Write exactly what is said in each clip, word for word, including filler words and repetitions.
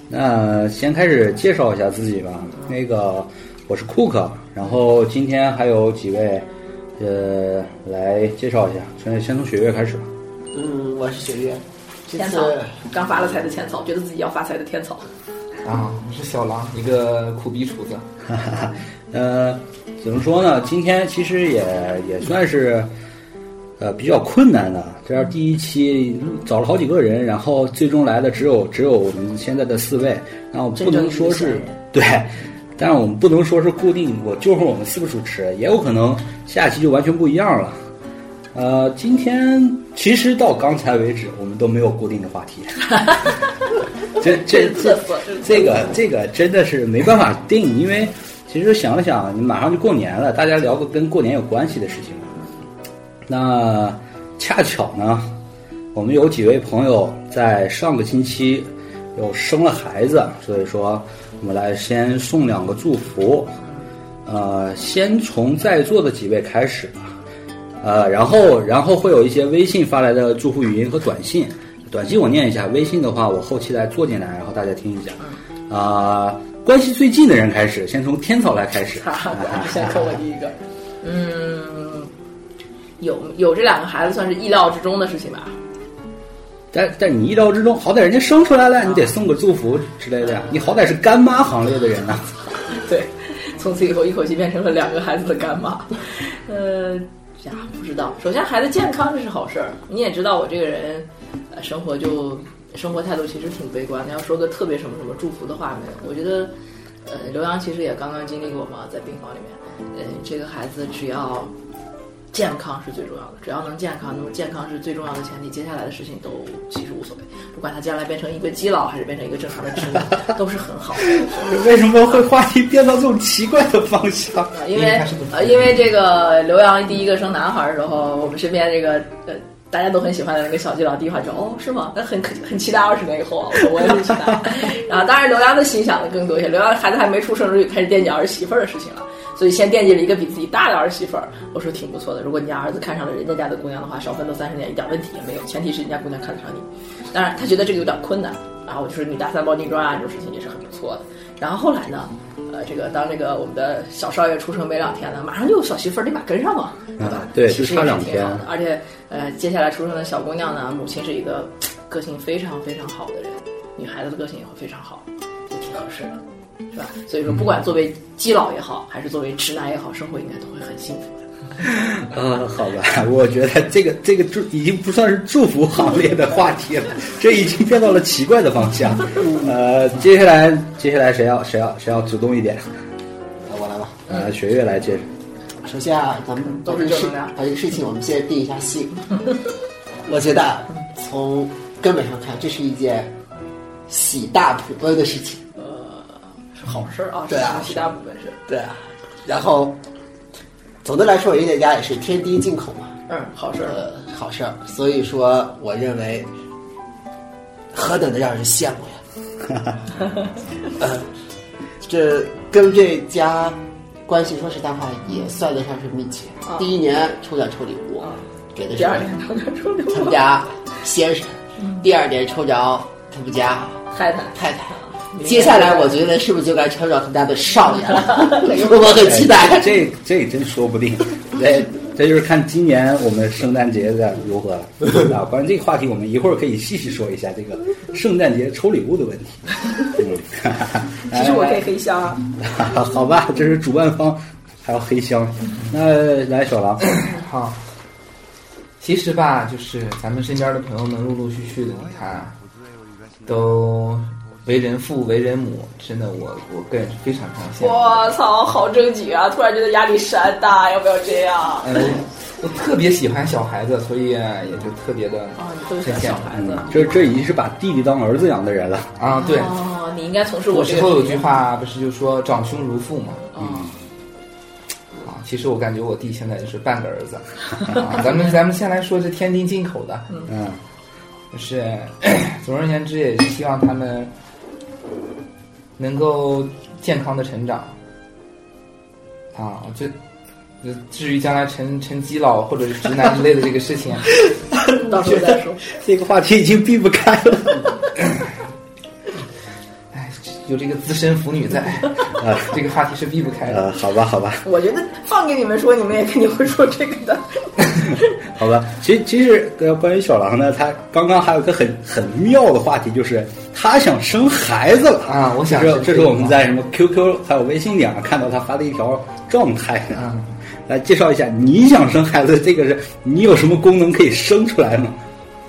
那先开始介绍一下自己吧。那个我是库克，然后今天还有几位呃来介绍一下，先先从雪月开始吧。 嗯，我是雪月， 天草，刚发了财的天草，觉得自己要发财的天草。 啊，我是小狼，一个苦逼厨子。 呃，怎么说呢？今天其实也也算是呃比较困难的，这是第一期，找了好几个人，然后最终来的只有只有我们现在的四位，然后不能说是对，但是我们不能说是固定，我就是我们四个主持，也有可能下期就完全不一样了。呃，今天其实到刚才为止，我们都没有固定的话题。这这这这个这个真的是没办法定，因为其实想了想，你马上就过年了，大家聊个跟过年有关系的事情。那恰巧呢，我们有几位朋友在上个星期有生了孩子，所以说我们来先送两个祝福。呃，先从在座的几位开始吧。呃，然后然后会有一些微信发来的祝福语音和短信。短信我念一下，微信的话我后期来做进来，然后大家听一下。啊、呃，关系最近的人开始，先从天草来开始。 先扣我第一个。嗯，有有这两个孩子算是意料之中的事情吧。 但但你意料之中，好歹人家生出来了，你得送个祝福之类的呀。你好歹是干妈行列的人啊。 对，从此以后一口气变成了两个孩子的干妈。呃呀，不知道。首先，孩子健康这是好事儿。你也知道我这个人。呃，生活就生活态度其实挺悲观的。要说个特别什么什么祝福的话没有，我觉得，呃，刘洋其实也刚刚经历过嘛，在病房里面，呃，这个孩子只要健康是最重要的，只要能健康，那么健康是最重要的前提，接下来的事情都其实无所谓，不管他将来变成一个基佬还是变成一个正常的直男，都是很好的。 为什么会话题变到这种奇怪的方向？ 呃、因为呃，因为这个刘洋第一个生男孩的时候，我们身边这个呃。大家都很喜欢的那个小基佬，第一话就哦是吗？那很很期待二十年以后啊，我我也很期待。然后当然刘洋的心想的更多一些，刘洋孩子还没出生就开始惦记儿媳妇儿的事情了，所以先惦记了一个比自己大的儿媳妇儿。我说挺不错的，如果你家儿子看上了人家家的姑娘的话，少奋斗三十年一点问题也没有，前提是人家姑娘看得上你。当然他觉得这个有点困难，然后就是女大三抱金砖啊这种事情也是很不错的。然后后来呢，呃，这个当这个我们的小少爷出生没两天呢，马上就有小媳妇儿立马跟上嘛，对吧？ 嗯、对，就差两天。 而且，呃，接下来出生的小姑娘呢，母亲是一个个性非常非常好的人，女孩子的个性也会非常好，就挺合适的，是吧？所以说，不管作为基佬也好，还是作为直男也好，生活应该都会很幸福的。 呃，好吧，我觉得这个这个祝已经不算是祝福行列的话题了，这已经变到了奇怪的方向。呃，接下来接下来谁要谁要谁要主动一点？ 我来吧。 呃，雪月来接着。 首先啊，咱们把这个事把这个事情我们先定一下性。我觉得从根本上看，这是一件喜大普奔的事情。 呃，是好事啊。 对啊， 喜大普奔是。 对啊，然后。总的来说，人家家也是天低进口嘛， 嗯，好事儿、 呃，好事儿。所以说，我认为何等的让人羡慕呀！呃，这跟这家关系说实在话也算得上是密切。啊、第一年抽奖抽礼物，啊、给的是第二年抽奖抽礼物他们家先生，嗯、第二年抽着他们家太太太太。接下来我觉得是不是就该抽着他们家的少爷了？我很期待。 这这真说不定，这这就是看今年我们圣诞节的如何了。啊，关于这个话题，我们一会儿可以细细说一下这个圣诞节抽礼物的问题。嗯， 其实我可以黑箱啊。 好吧，这是主办方还要黑箱。那来小狼， 好。其实吧，就是咱们身边的朋友们陆陆续续的，你看，都。为人父为人母，真的我我个人是非常非常羡慕。 我操，好正经啊！突然觉得压力山大，要不要这样？ 嗯，我特别喜欢小孩子，所以也就特别的啊，你特别喜欢小孩子。 这这已经是把弟弟当儿子养的人了啊！对， 哦，你应该从事我这个。 之后有句话不是就说长兄如父嘛？ 嗯。 啊，其实我感觉我弟现在就是半个儿子。啊、咱们咱们先来说这天津进口的， 嗯， 就是总而言之，也是希望他们。能够健康的成长啊！这至于将来成成基佬或者是直男之类的这个事情， 到时候再说。 这个话题已经避不开了。 哎， 有这个资深腐女在， 呃， 这个话题是避不开的。 呃，好吧，好吧， 我觉得放给你们说，你们也肯定会说这个的。 好吧。其实其实呃，关于小狼呢，他刚刚还有个很很妙的话题，就是他想生孩子了啊！我想这是这是我们在什么 Q Q 还有微信上看到他发的一条状态啊。 来介绍一下，你想生孩子，这个是你有什么功能可以生出来吗？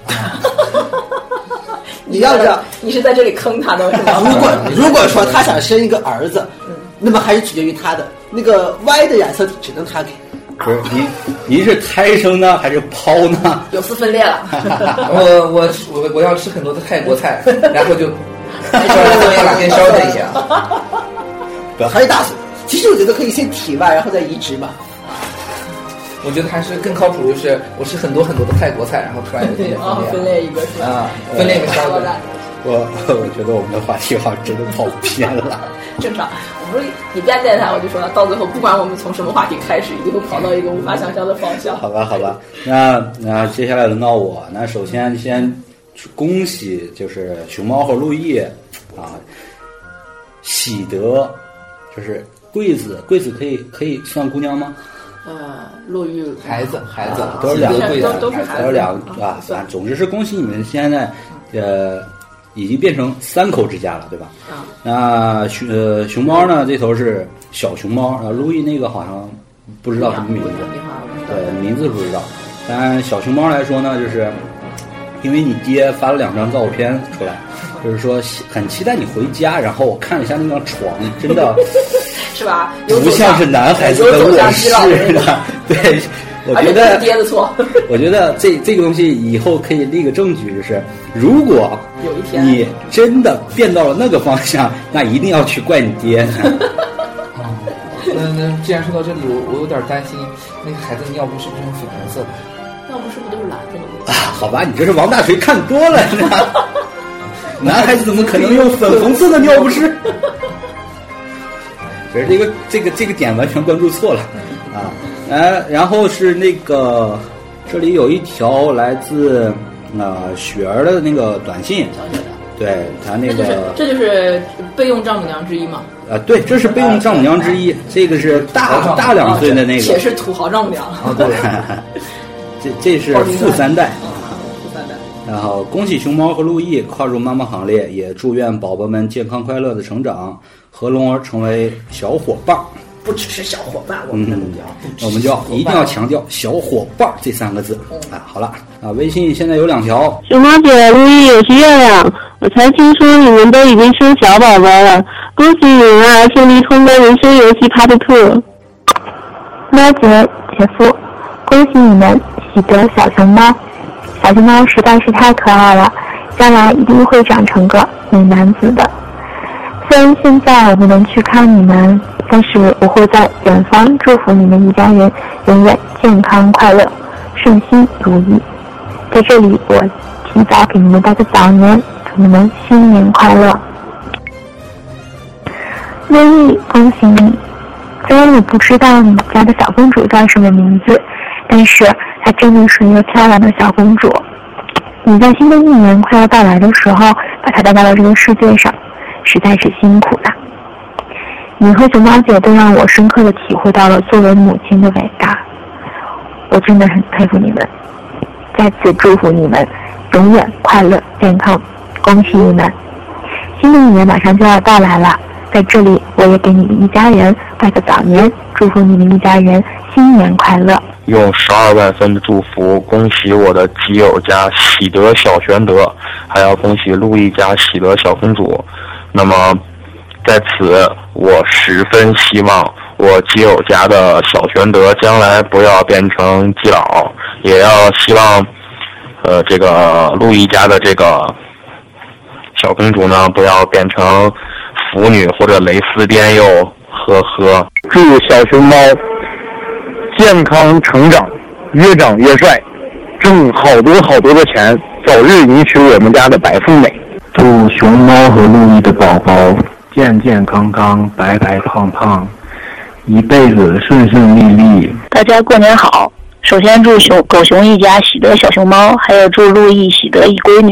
你要知道， 你是在这里坑他的是吗？ 如果如果说他想生一个儿子，那么还是取决于他的那个 Y 的染色体，只能他给。 不是您，您是胎生呢还是剖呢？ 有丝分裂了。 我我我我要吃很多的泰国菜，然后就烧的跟跟烧的一样。 还是大，其实我觉得可以先体外，然后再移植嘛。 我觉得还是更靠谱，就是我吃很多很多的泰国菜，然后突然有点哦，分裂一个是啊，分裂一个烧的。 我我觉得我们的话题好像真的跑偏了。 正常，我们一边电台我就说了，到最后不管我们从什么话题开始，一定会跑到一个无法想象的方向。 好吧，好吧，那那接下来轮到我，那首先先恭喜就是熊猫和陆毅啊，喜得就是贵子，贵子可以可以算姑娘吗？ 呃，陆玉孩子，孩子、 啊、都是两个贵子， 都是孩子， 都是两个啊。啊总之是恭喜你们现在呃已经变成三口之家了，对吧？ 啊。 那熊呃熊猫呢，这头是小熊猫啊，路易那个好像不知道什么名字，对，名字不知道。但小熊猫来说呢，就是因为你爹发了两张照片出来，就是说很期待你回家，然后我看了一下那张床，真的。 是吧？ 不像是男孩子的卧室的，对，我觉得爹的错。 我觉得这这个东西以后可以立个证据，就是如果有一天你真的变到了那个方向，那一定要去怪你爹。 那那既然说到这里，我我有点担心，那个孩子尿布是不是用粉红色的？ 尿布是不是都是蓝色的？ 啊，好吧，你这是王大锤看多了，男孩子怎么可能用粉红色的尿不湿？只是这个这个这个点完全关注错了啊！呃，然后是那个这里有一条来自啊、呃、雪儿的那个短信，对他那个这就是、这就是备用丈母娘之一嘛？ 啊、呃，对，这是备用丈母娘之一，这个是大大两岁的那个， 且是土豪丈母娘。 啊，对，这这是富三代。然后恭喜熊猫和陆毅跨入妈妈行列，也祝愿宝宝们健康快乐的成长，和龙儿成为小伙伴。 不只是小伙伴，我们嗯，我们就要一定要强调小伙伴这三个字。啊，好了啊，微信现在有两条。 熊猫姐，陆毅有些月亮，我才听说你们都已经生小宝宝了，恭喜你们啊！顺利通关人生游戏 Part Two。猫姐姐夫，恭喜你们喜得小熊猫。小熊猫实在是太可爱了，将来一定会长成个美男子的。虽然现在我不能去看你们，但是我会在远方祝福你们一家人永远健康快乐，顺心如意。在这里，我提早给你们拜个早年，祝你们新年快乐。乐意，恭喜你！虽然我不知道你家的小公主叫什么名字，但是她真的是一个漂亮的小公主。你在新的一年快要到来的时候，把她带到了这个世界上，实在是辛苦了。你和熊猫姐都让我深刻的体会到了作为母亲的伟大，我真的很佩服你们。再次祝福你们永远快乐健康，恭喜你们！新的一年马上就要到来了，在这里我也给你们一家人拜个早年，祝福你们一家人新年快乐。 用十二万分的祝福恭喜我的基友家喜得小玄德，还要恭喜陆毅家喜得小公主。那么在此我十分希望我基友家的小玄德将来不要变成基佬，也要希望呃这个陆毅家的这个小公主呢不要变成腐女或者蕾丝边幼，呵呵。 祝小熊猫健康成长，越长越帅，挣好多好多的钱，早日迎娶我们家的白富美。 祝熊猫和陆毅的宝宝健健康康，白白胖胖，一辈子顺顺利利。 大家过年好！首先祝熊狗熊一家喜得小熊猫，还有祝陆毅喜得一闺女。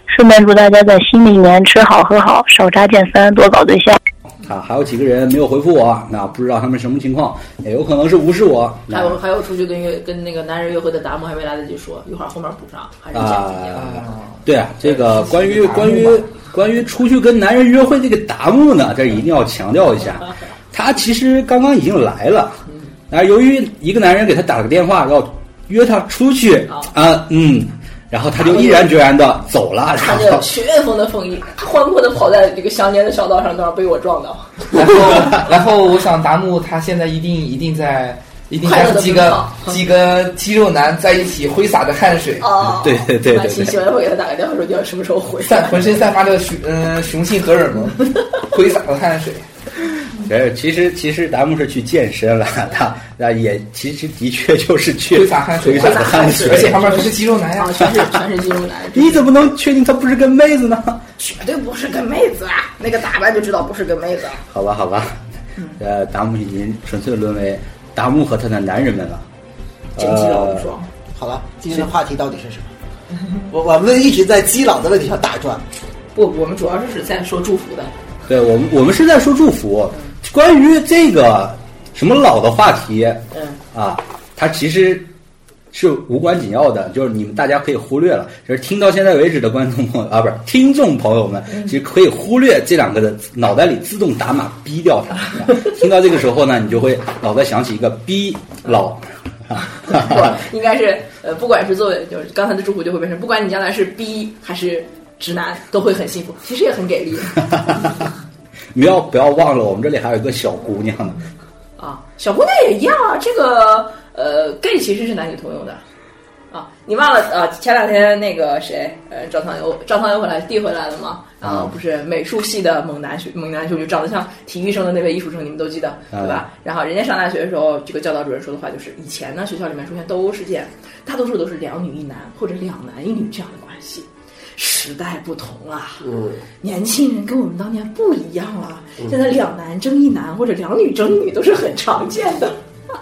顺便祝大家在新的一年吃好喝好，少扎见三，多搞对象。 啊，还有几个人没有回复我，那不知道他们什么情况，也有可能是无视我。 还有还有出去跟约跟那个男人约会的达姆还没来得及说，一会儿后面补上，还是讲几点？ 对啊，这个关于关于关于出去跟男人约会这个达姆呢，这一定要强调一下，他其实刚刚已经来了，啊，由于一个男人给他打了个电话要约他出去啊，嗯。然后他就毅然决然的走了， 他就学院风的风衣，欢快的跑在这个乡间的小道上，都要被我撞到。 然后，然后我想达木他现在一定一定在一定在几个几个肌肉男在一起挥洒着汗水。 哦， 对对对对对。喜欢会给他打个电话说你要什么时候回？ 散浑身散发着雄嗯雄性荷尔蒙，挥洒着汗水。 呃，其实其实达木是去健身了，他那也其实的确就是去挥洒汗水， 挥洒的汗水， 而且旁边都是肌肉男呀， 全是全是肌肉男。 你怎么能确定他不是个妹子呢？ 绝对不是个妹子啊！那个打扮就知道不是个妹子。 好吧，好吧，呃，达木已经纯粹沦为达木和他的男人们了。 真基佬不爽。 好了，今天的话题到底是什么？我我们一直在基佬的问题上打转。 不，我们主要是在说祝福的。 对我们，我们是在说祝福。关于这个什么老的话题， 嗯啊，它其实是无关紧要的，就是你们大家可以忽略了。就是听到现在为止的观众朋友啊，不是听众朋友们，其实可以忽略这两个的，脑袋里自动打码逼掉它。听到这个时候呢，你就会脑袋想起一个逼老。 不，应该是呃，不管是作为就是刚才的祝福就会变成，不管你将来是逼还是直男，都会很幸福，其实也很给力。 不要不要忘了，我们这里还有一个小姑娘呢。 啊，小姑娘也一样啊。这个呃 ，gay 其实是男女通用的啊。你忘了啊？前两天那个谁，呃，赵唐优，赵唐优回来递回来了吗？然后不是美术系的猛男兄猛男兄，就长得像体育生的那位艺术生，你们都记得对吧？然后人家上大学的时候，这个教导主任说的话就是，以前呢学校里面出现斗殴事件，大多数都是两女一男或者两男一女这样的关系。时代不同啊， 嗯，年轻人跟我们当年不一样了。嗯、现在两男争一男或者两女争一女都是很常见的。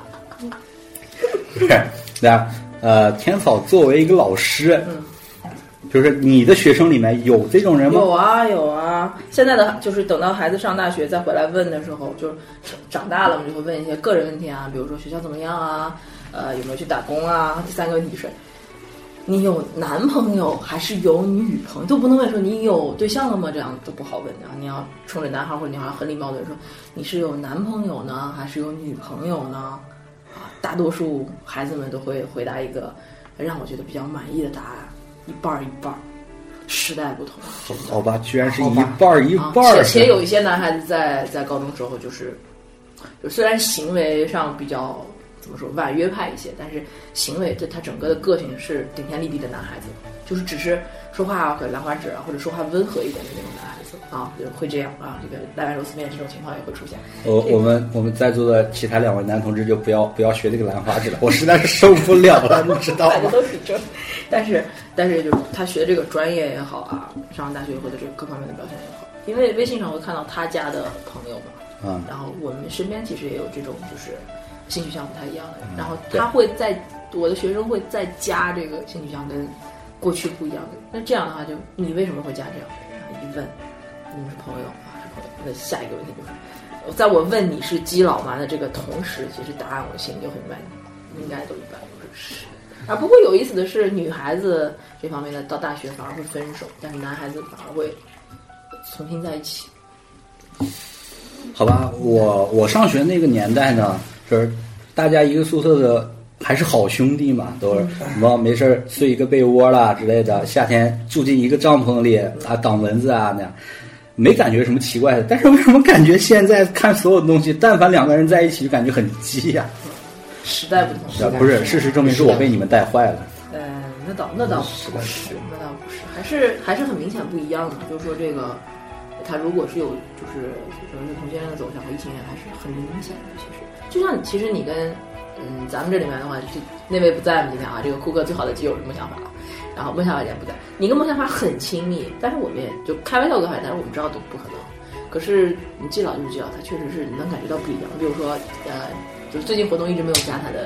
不是，那呃，天草作为一个老师，嗯，就是你的学生里面有这种人吗？ 有啊，有啊。现在的就是等到孩子上大学再回来问的时候，就长大了，我们就会问一些个人问题啊，比如说学校怎么样啊，呃，有没有去打工啊？第三个问题是。你有男朋友还是有女朋友都不能问说你有对象了吗？这样都不好问的。你要冲着男孩或者女孩很礼貌的说你是有男朋友呢还是有女朋友呢？啊，大多数孩子们都会回答一个让我觉得比较满意的答案，一半一半。时代不同， 好吧，居然是一半一半。 啊、且且有一些男孩子在在高中时候就是，就虽然行为上比较。怎么说婉约派一些，但是行为对他整个的个性是顶天立地的男孩子，就是只是说话和兰花指啊，或者说话温和一点的那种男孩子啊，就会这样啊。这个赖万柔丝面这种情况也会出现。 我、这个、我们我们在座的其他两位男同志就不要不要学这个兰花指了，我实在是受不了了，你知道吗？ 大家都挺正，但是但是就是他学的这个专业也好啊，上大学以后的这个各方面的表现也好，因为微信上会看到他家的朋友嘛，嗯，然后我们身边其实也有这种就是。性取向不太一样的人，然后他会在我的学生会再加这个性取向跟过去不一样的，那这样的话就你为什么会加这样的人？然后一问你们是朋友啊，是朋友。那下一个问题就是，在我问你是基佬吗的这个同时，其实答案我心里就很明白，应该都一般都是是。啊，不过有意思的是，女孩子这方面的到大学反而会分手，但是男孩子反而会重新在一起。 好吧，我我上学那个年代呢。就是大家一个宿舍的还是好兄弟嘛，都是什么没事睡一个被窝啦之类的，夏天住进一个帐篷里啊，挡蚊子啊那样，没感觉什么奇怪的。但是为什么感觉现在看所有的东西，但凡两个人在一起就感觉很鸡呀、啊？ 时代不同， 不是，事实证明是我被你们带坏了。 呃，那倒那倒不是，那倒不是，还是还是很明显不一样的。就是说这个，他如果是有就是就是同性恋的走向和异性恋，还是很明显的，其实。就像其实你跟嗯咱们这里面的话，就那位不在嘛，今天啊，这个库克最好的基友是孟想法，然后孟想法也不在，你跟孟想法很亲密，但是我们也就开玩笑跟开，但是我们知道都不可能。可是你基佬就是基佬，他确实是你能感觉到不一样。比如说呃，就是最近活动一直没有加他的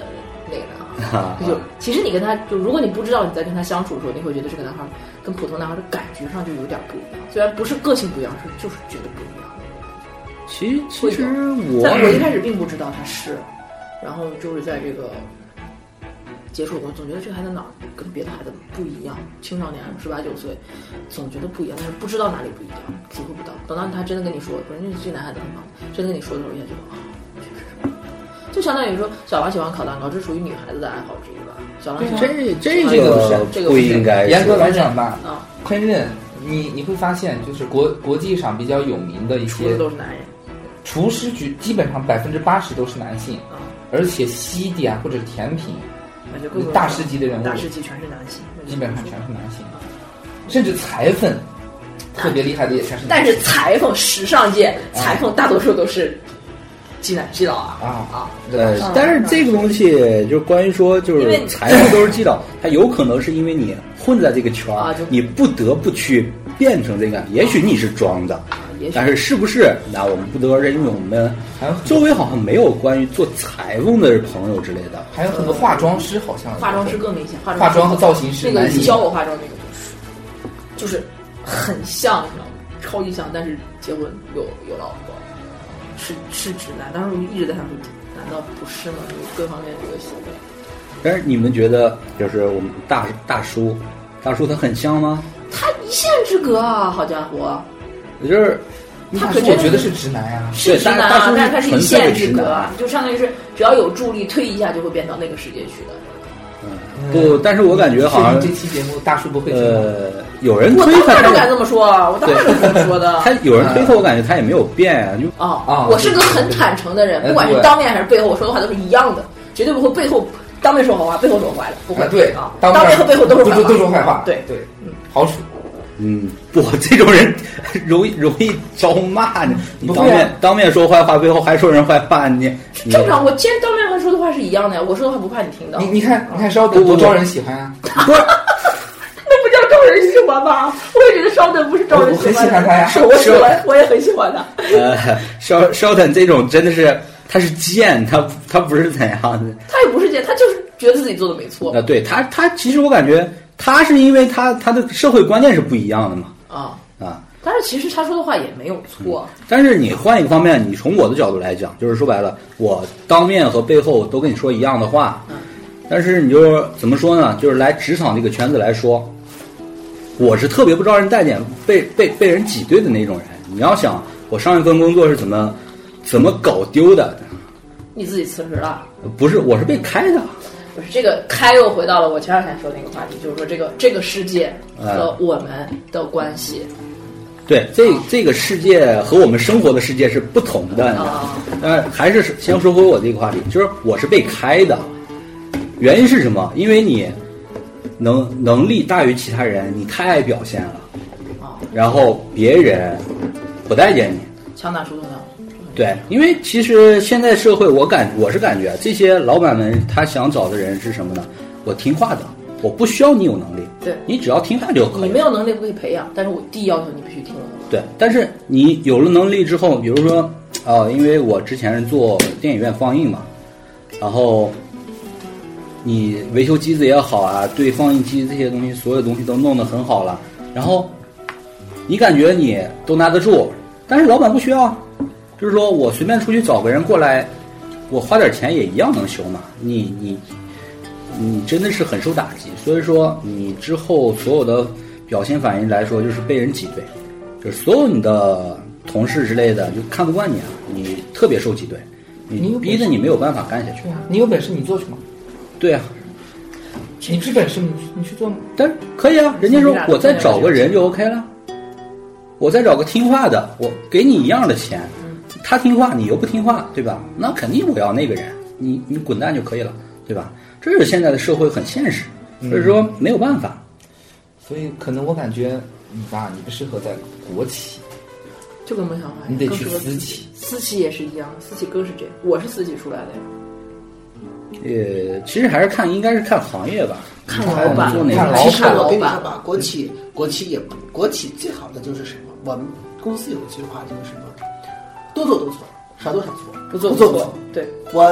那个男孩。啊、就其实你跟他就，如果你不知道你在跟他相处的时候，你会觉得这个男孩跟普通男孩的感觉上就有点不一样，虽然不是个性不一样，是就是觉得不一样。 其其实我在我一开始并不知道他是，然后就是在这个接触过，总觉得这个孩子哪儿跟别的孩子不一样，青少年十八九岁，总觉得不一样，但是不知道哪里不一样，体会不到。等到他真的跟你说，说人家这男孩子很好，真的跟你说的时候，一下觉得啊，确实是不一样。就相当于说，小狼喜欢烤蛋糕，这属于女孩子的爱好之一吧。小狼这这这个不是， 这个不应该。 严格来讲吧， 啊， 烹饪你你会发现，就是国国际上比较有名的一些都是男人， 厨师局基本上百分之八十都是男性， 啊， 而且西点啊或者甜品， 各个大师级的人物， 大师级全是男性， 基本上全是男性，甚至裁缝特别厉害的也全是男性。 但是裁缝时尚界裁缝大多数都是基男基佬啊啊啊！ 呃，但是这个东西就是关于说，就是裁缝都是基佬，他有可能是因为你混在这个圈儿，你不得不去变成这个。也许你是装的，但是是不是？那我们不得而知，因为我们周围好像没有关于做裁缝的朋友之类的。 还有很多化妆师，好像化妆师更明显，化化妆和造型师。 那个教我化妆那个就是，就是很像，你知道吗？超级像，但是结婚有有老婆。是是直男，当时我一直在想说，难道不是吗？有各方面这个行为。 但是你们觉得，就是我们大大叔，大叔他很像吗？ 他一线之隔啊，好家伙！ 也就是他可我觉得是直男呀、啊， 是直男啊，但是他是一线之隔啊， 就相当于是只要有助力，推一下就会变到那个世界去的。 嗯，不，但是我感觉好像这期节目大叔不会听呃，有人推他， 我当然不敢这么说，我当然不这么说的。 他有人推他，我感觉他也没有变啊，就啊啊！我是个很坦诚的人，不管是当面还是背后，我说的话都是一样的，绝对不会背后当面说好话，背后说坏的，不会。 对啊，当面和背后都是都都说坏话。 对对，嗯，好处。 嗯，不，这种人容易容易招骂你。你当面、啊、当面说坏话，背后还说人坏话，你正常。我既然当面和说的话是一样的呀，我说的话不怕你听到。 你你看，你看稍等多招人喜欢啊！ 不是， 那不叫招人喜欢吧？我也觉得稍等不是招人喜欢， 我很喜欢他呀， 是我喜欢，我也很喜欢他。 呃，稍稍等这种真的是他是贱，他他不是怎样的。 他也不是贱，他就是觉得自己做的没错。 啊，对他他其实我感觉。他是因为他他的社会观念是不一样的嘛啊啊！ 但是其实他说的话也没有错。 嗯、但是你换一个方面，你从我的角度来讲，就是说白了，我当面和背后都跟你说一样的话， 嗯、 但是你就怎么说呢？就是来职场这个圈子来说，我是特别不招人待见、被被被人挤兑的那种人。你要想我上一份工作是怎么怎么搞丢的？ 你自己辞职了？ 不是，我是被开的。 不是这个开又回到了我前两天说的那个话题，就是说这个这个世界和我们的关系。 嗯、对，这这个世界和我们生活的世界是不同的。 啊， 呃，还是先说回我这个话题，就是我是被开的，原因是什么？因为你能能力大于其他人，你太爱表现了， 啊， 然后别人不待见你， 强打出头鸟。 对，因为其实现在社会，我感我是感觉这些老板们他想找的人是什么呢？我听话的，我不需要你有能力， 对你只要听话就可以。 你没有能力不可以培养，但是我第一要求你必须听我的。 对，但是你有了能力之后，比如说啊、呃，因为我之前是做电影院放映嘛，然后你维修机子也好啊，对放映机这些东西，所有东西都弄得很好了，然后你感觉你都拿得住，但是老板不需要啊。就是说我随便出去找个人过来，我花点钱也一样能修嘛。你你你真的是很受打击，所以说你之后所有的表现反应来说，就是被人挤兑，就是所有你的同事之类的就看不惯你啊，你特别受挤兑，你逼得你没有办法干下去。 对啊，你有本事你做去嘛。 对啊， 你这本事你你去做嘛。 但是可以啊，人家说我再找个人就 OK 了，我再找个听话的，我给你一样的钱。他听话，你又不听话，对吧？那肯定我要那个人，你你滚蛋就可以了，对吧？这是现在的社会很现实，所以说没有办法。 所以可能我感觉你吧，你不适合在国企， 就跟孟小华， 你得去私企， 私企也是一样，私企更是这样。我是私企出来的呀。 呃，其实还是看，应该是看行业吧， 看老板， 做哪个其实我跟你说吧，国企国企也不，国企最好的就是什么？我们公司有一句话就是什么？多做多错，少做少错， 不做不做不错。 对， 我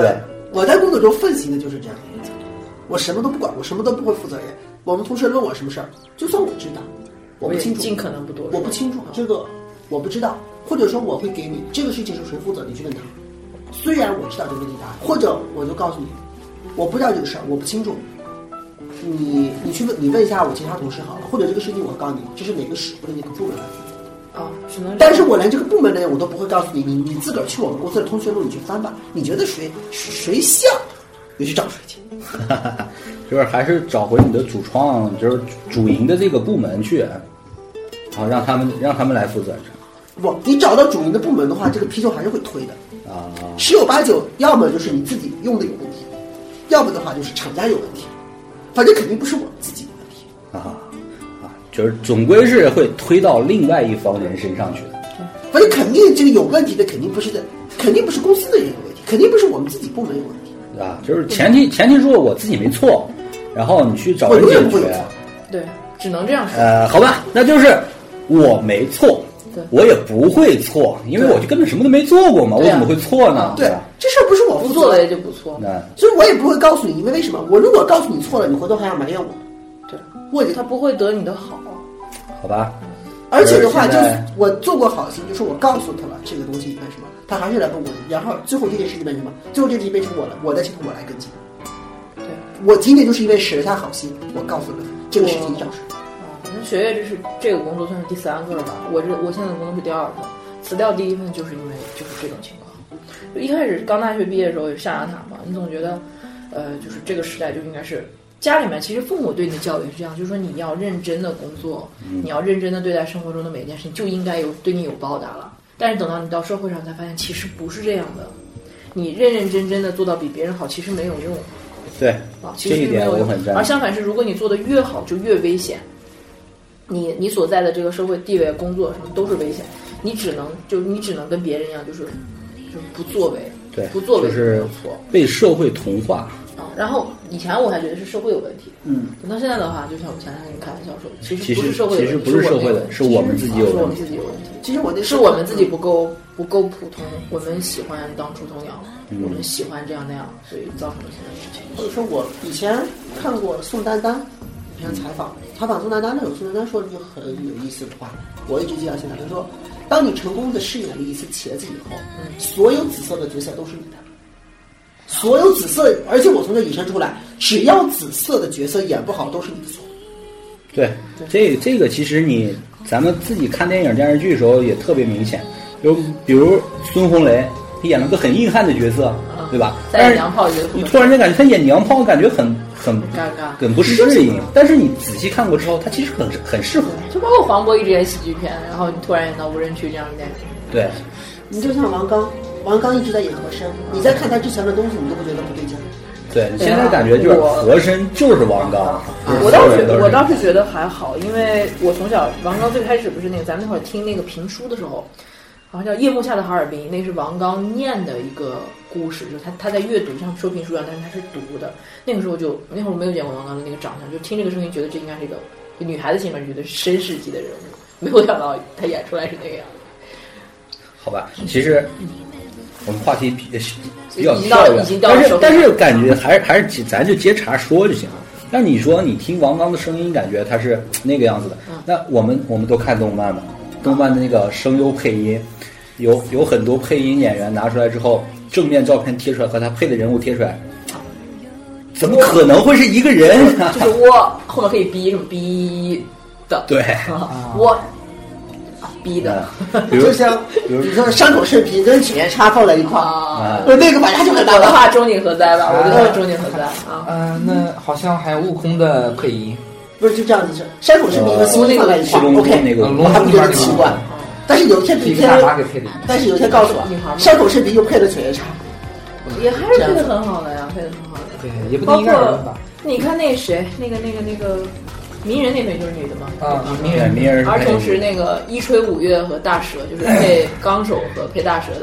我在工作中奉行的就是这样的原则，我什么都不管，我什么都不会负责任。我们同事问我什么事儿，就算我知道，我不清楚， 尽可能不多说， 我不清楚这个我不知道，或者说我会给你这个事情是谁负责，你去问他。虽然我知道这个问题答案，或者我就告诉你，我不知道这个事儿，我不清楚。你你去问你问一下我其他同事好了，或者这个事情我告诉你，这是哪个室或者哪个部门来负责。 啊，只能。 但是我连这个部门的人我都不会告诉你，你你自个儿去我们公司的通讯录你去翻吧，你觉得谁谁像，你去找谁去。 就是还是找回你的主创，就是主营的这个部门去，然后让他们让他们来负责。 不，你找到主营的部门的话，这个批注还是会推的啊， 十有八九，要么就是你自己用的有问题，要么的话就是厂家有问题，反正肯定不是我自己的问题啊啊，就是总归是会推到另外一方人身上去的。 反正肯定这个有问题的肯定不是的，肯定不是公司的人有问题，肯定不是我们自己部门有问题啊，就是前提前提说我自己没错，然后你去找人解决。 对，只能这样说。 呃，好吧，那就是我没错。我也不会错，因为我就根本什么都没做过嘛，我怎么会错呢？ 对，这事儿不是我不做的也就不错， 所以我也不会告诉你，因为为什么？我如果告诉你错了，你回头还要埋怨我。 对， 我他不会得你的好， 好吧？ 而且的话，就是我做过好心，就是我告诉他了这个东西为什么，他还是来问我，然后最后这件事情变成什么？最后这件事情变成我了，我的系统我来跟进。 对， 我今天就是因为使了他好心，我告诉了他这个事情找谁。 那学月这是这个工作算是第三个了吧？我这我现在的工作是第二个，辞掉第一份就是因为就是这种情况。就一开始刚大学毕业的时候也是象牙塔嘛，你总觉得，呃，就是这个时代就应该是家里面其实父母对你的教育是这样，就是说你要认真的工作， 嗯、 你要认真的对待生活中的每一件事情，就应该有对你有报答了。但是等到你到社会上才发现，其实不是这样的。你认认真真的做到比别人好，其实没有用。 对啊，其实没有用。而相反是，如果你做的越好，就越危险。你你所在的这个社会地位、工作什么都是危险，你只能就你只能跟别人一样，就是就是不作为， 对， 不作为就是没有错， 被社会同化啊。然后以前我还觉得是社会有问题， 嗯， 等到现在的话，就像我前两天跟你开玩笑说，其实不是社会的， 其实不是社会的，是我们自己有问题，是我们自己有问题。 其实我那是我们自己不够不够普通，我们喜欢当出头鸟， 嗯、 我们喜欢这样那样，所以造成了现在的事情。 或者说我以前看过宋丹丹。一篇采访，采访宋丹丹的时候，宋丹丹说了一句很有意思的话，我一直记到现在。他说：“当你成功的饰演了一次茄子以后，嗯，所有紫色的角色都是你的，所有紫色，而且我从这引申出来，只要紫色的角色演不好，都是你的错。” 对，这这个其实你咱们自己看电影电视剧的时候也特别明显，就比如孙红雷，他演了个很硬汉的角色，嗯、对吧？ 但是娘炮角色， 你突然间感觉他演娘炮，感觉很。很尴尬， 很不适应。但是你仔细看过之后，它其实很很适合。 就包括黄渤一直演喜剧片，然后你突然演到无人区这样的电影。 对， 你就像王刚，王刚一直在演和珅，你在看他之前的东西，你都不觉得不对劲。 对，你现在感觉就是和珅就是王刚。 我倒是我倒是觉得还好，因为我从小王刚最开始不是那个咱们那会儿听那个评书的时候。好像叫《夜幕下的哈尔滨》，那是王刚念的一个故事，就是他他在阅读，像说评书一样，但是他是读的。那个时候就那会儿我没有见过王刚的那个长相，就听这个声音，觉得这应该是一个女孩子心里面觉得绅士级的人物，没有想到他演出来是那个样子。 好吧，其实我们话题比比较跳跃， 但是但是感觉还是还是咱就接茬说就行了。那你说你听王刚的声音，感觉他是那个样子的，那我们我们都看动漫嘛。动漫的那个声优配音，有有很多配音演员拿出来之后，正面照片贴出来和他配的人物贴出来，怎么可能会是一个人？ 就是我后面可以逼什么逼的， 对， 我逼的， 比如像比如说山口胜平跟曲原插放在一块啊， 那个反差就很大。 我的话中井和哉吧，我觉得中井和哉啊。 嗯，那好像还有悟空的配音。 不是就这样子，山口胜平和苏那个在一块 ，OK， 我还不觉得奇怪。但是有一天，有一天，但是有一天告诉我，山口胜平又配了犬夜叉， 也还是配的很好的呀，配的很好的。 对，也不能一概而论吧。 你看那谁，那个那个那个鸣人那配就是女的嘛？ 啊， 鸣人，鸣人。 而同时那个一吹五月和大蛇，就是配纲手和配大蛇的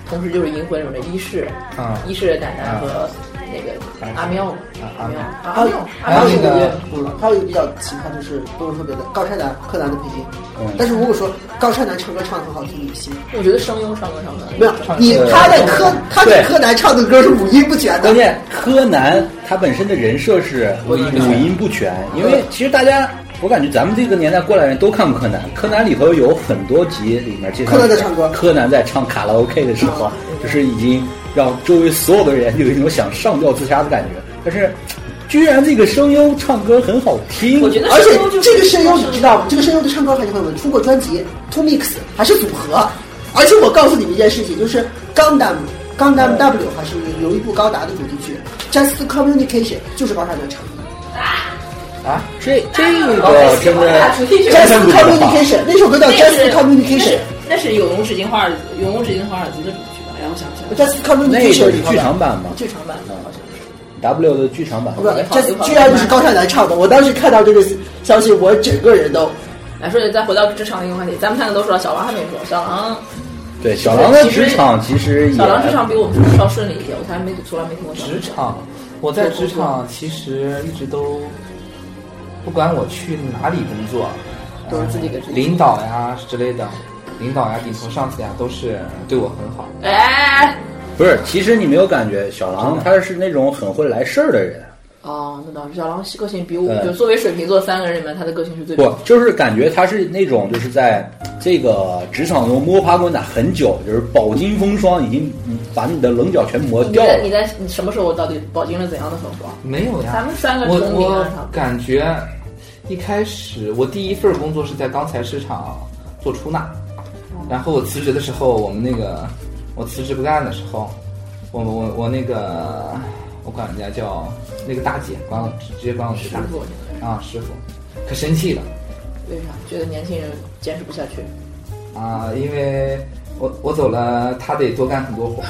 同时就是银魂里面的伊势， 啊， 伊势的奶奶和那个阿妙，阿妙， 还有阿妙是还有一个五还有一个比较奇葩，就是不是特别的高山南柯南的配音。 嗯但是如果说高山南唱歌唱得很好听，你不信？ 我觉得声优唱歌唱的没有，你他在柯他在柯南唱的歌是五音不全的。 关键柯南他本身的人设是五音不全，因为其实大家。我感觉咱们这个年代过来人都看过柯南，柯南里头有很多集里面介绍柯南在唱歌， 柯南在唱卡拉 OK 的时候，就是已经让周围所有的人有一种想上吊自杀的感觉。但是，居然这个声优唱歌很好听， 我觉得而且这个声优你知道吗？这个声优的唱歌很朋友们出过专辑 To Mix 还是组合，而且我告诉你们一件事情，就是 Gundam Gundam W 还是有一部高达的主题曲 Just Communication 就是高山南唱的。 啊，这这个真的 Just Communication 那首歌叫 Just Communication， 那是《永无止境华尔永无止境华尔兹》的主题吧？然后想想 Just Communication 那个剧场版吗？ 剧场版的好像是 W 的剧场版。 不是，这居然就是高山南唱的。我当时看到这个消息，我整个人都。 来说，再回到职场的一个话题，咱们三个都说了，小狼还没说。小狼， 对小狼的职场其实小狼职场比我们稍顺利一些，我还没从来没听过职场。我在职场其实一直都。不管我去哪里工作， 都是自己给自己领导呀之类的，领导呀、顶头上司呀，都是对我很好。 哎， 不是，其实你没有感觉，小狼他是那种很会来事儿的人。 哦，那倒是，小狼个性比我，就作为水瓶座三个人里面，他的个性是最不，就是感觉他是那种就是在这个职场中摸爬滚打很久，就是饱经风霜，已经把你的棱角全磨掉了。 你在你什么时候到底饱经了怎样的风霜？ 没有呀， 咱们三个我同龄我感觉一开始我第一份工作是在钢材市场做出纳，然后我辞职的时候，我们那个我辞职不干的时候，我我我那个我管人家叫那个大姐，管我直接管我是大姐啊，师傅，可生气了。 为啥？觉得年轻人坚持不下去啊？因为我我走了，他得多干很多活。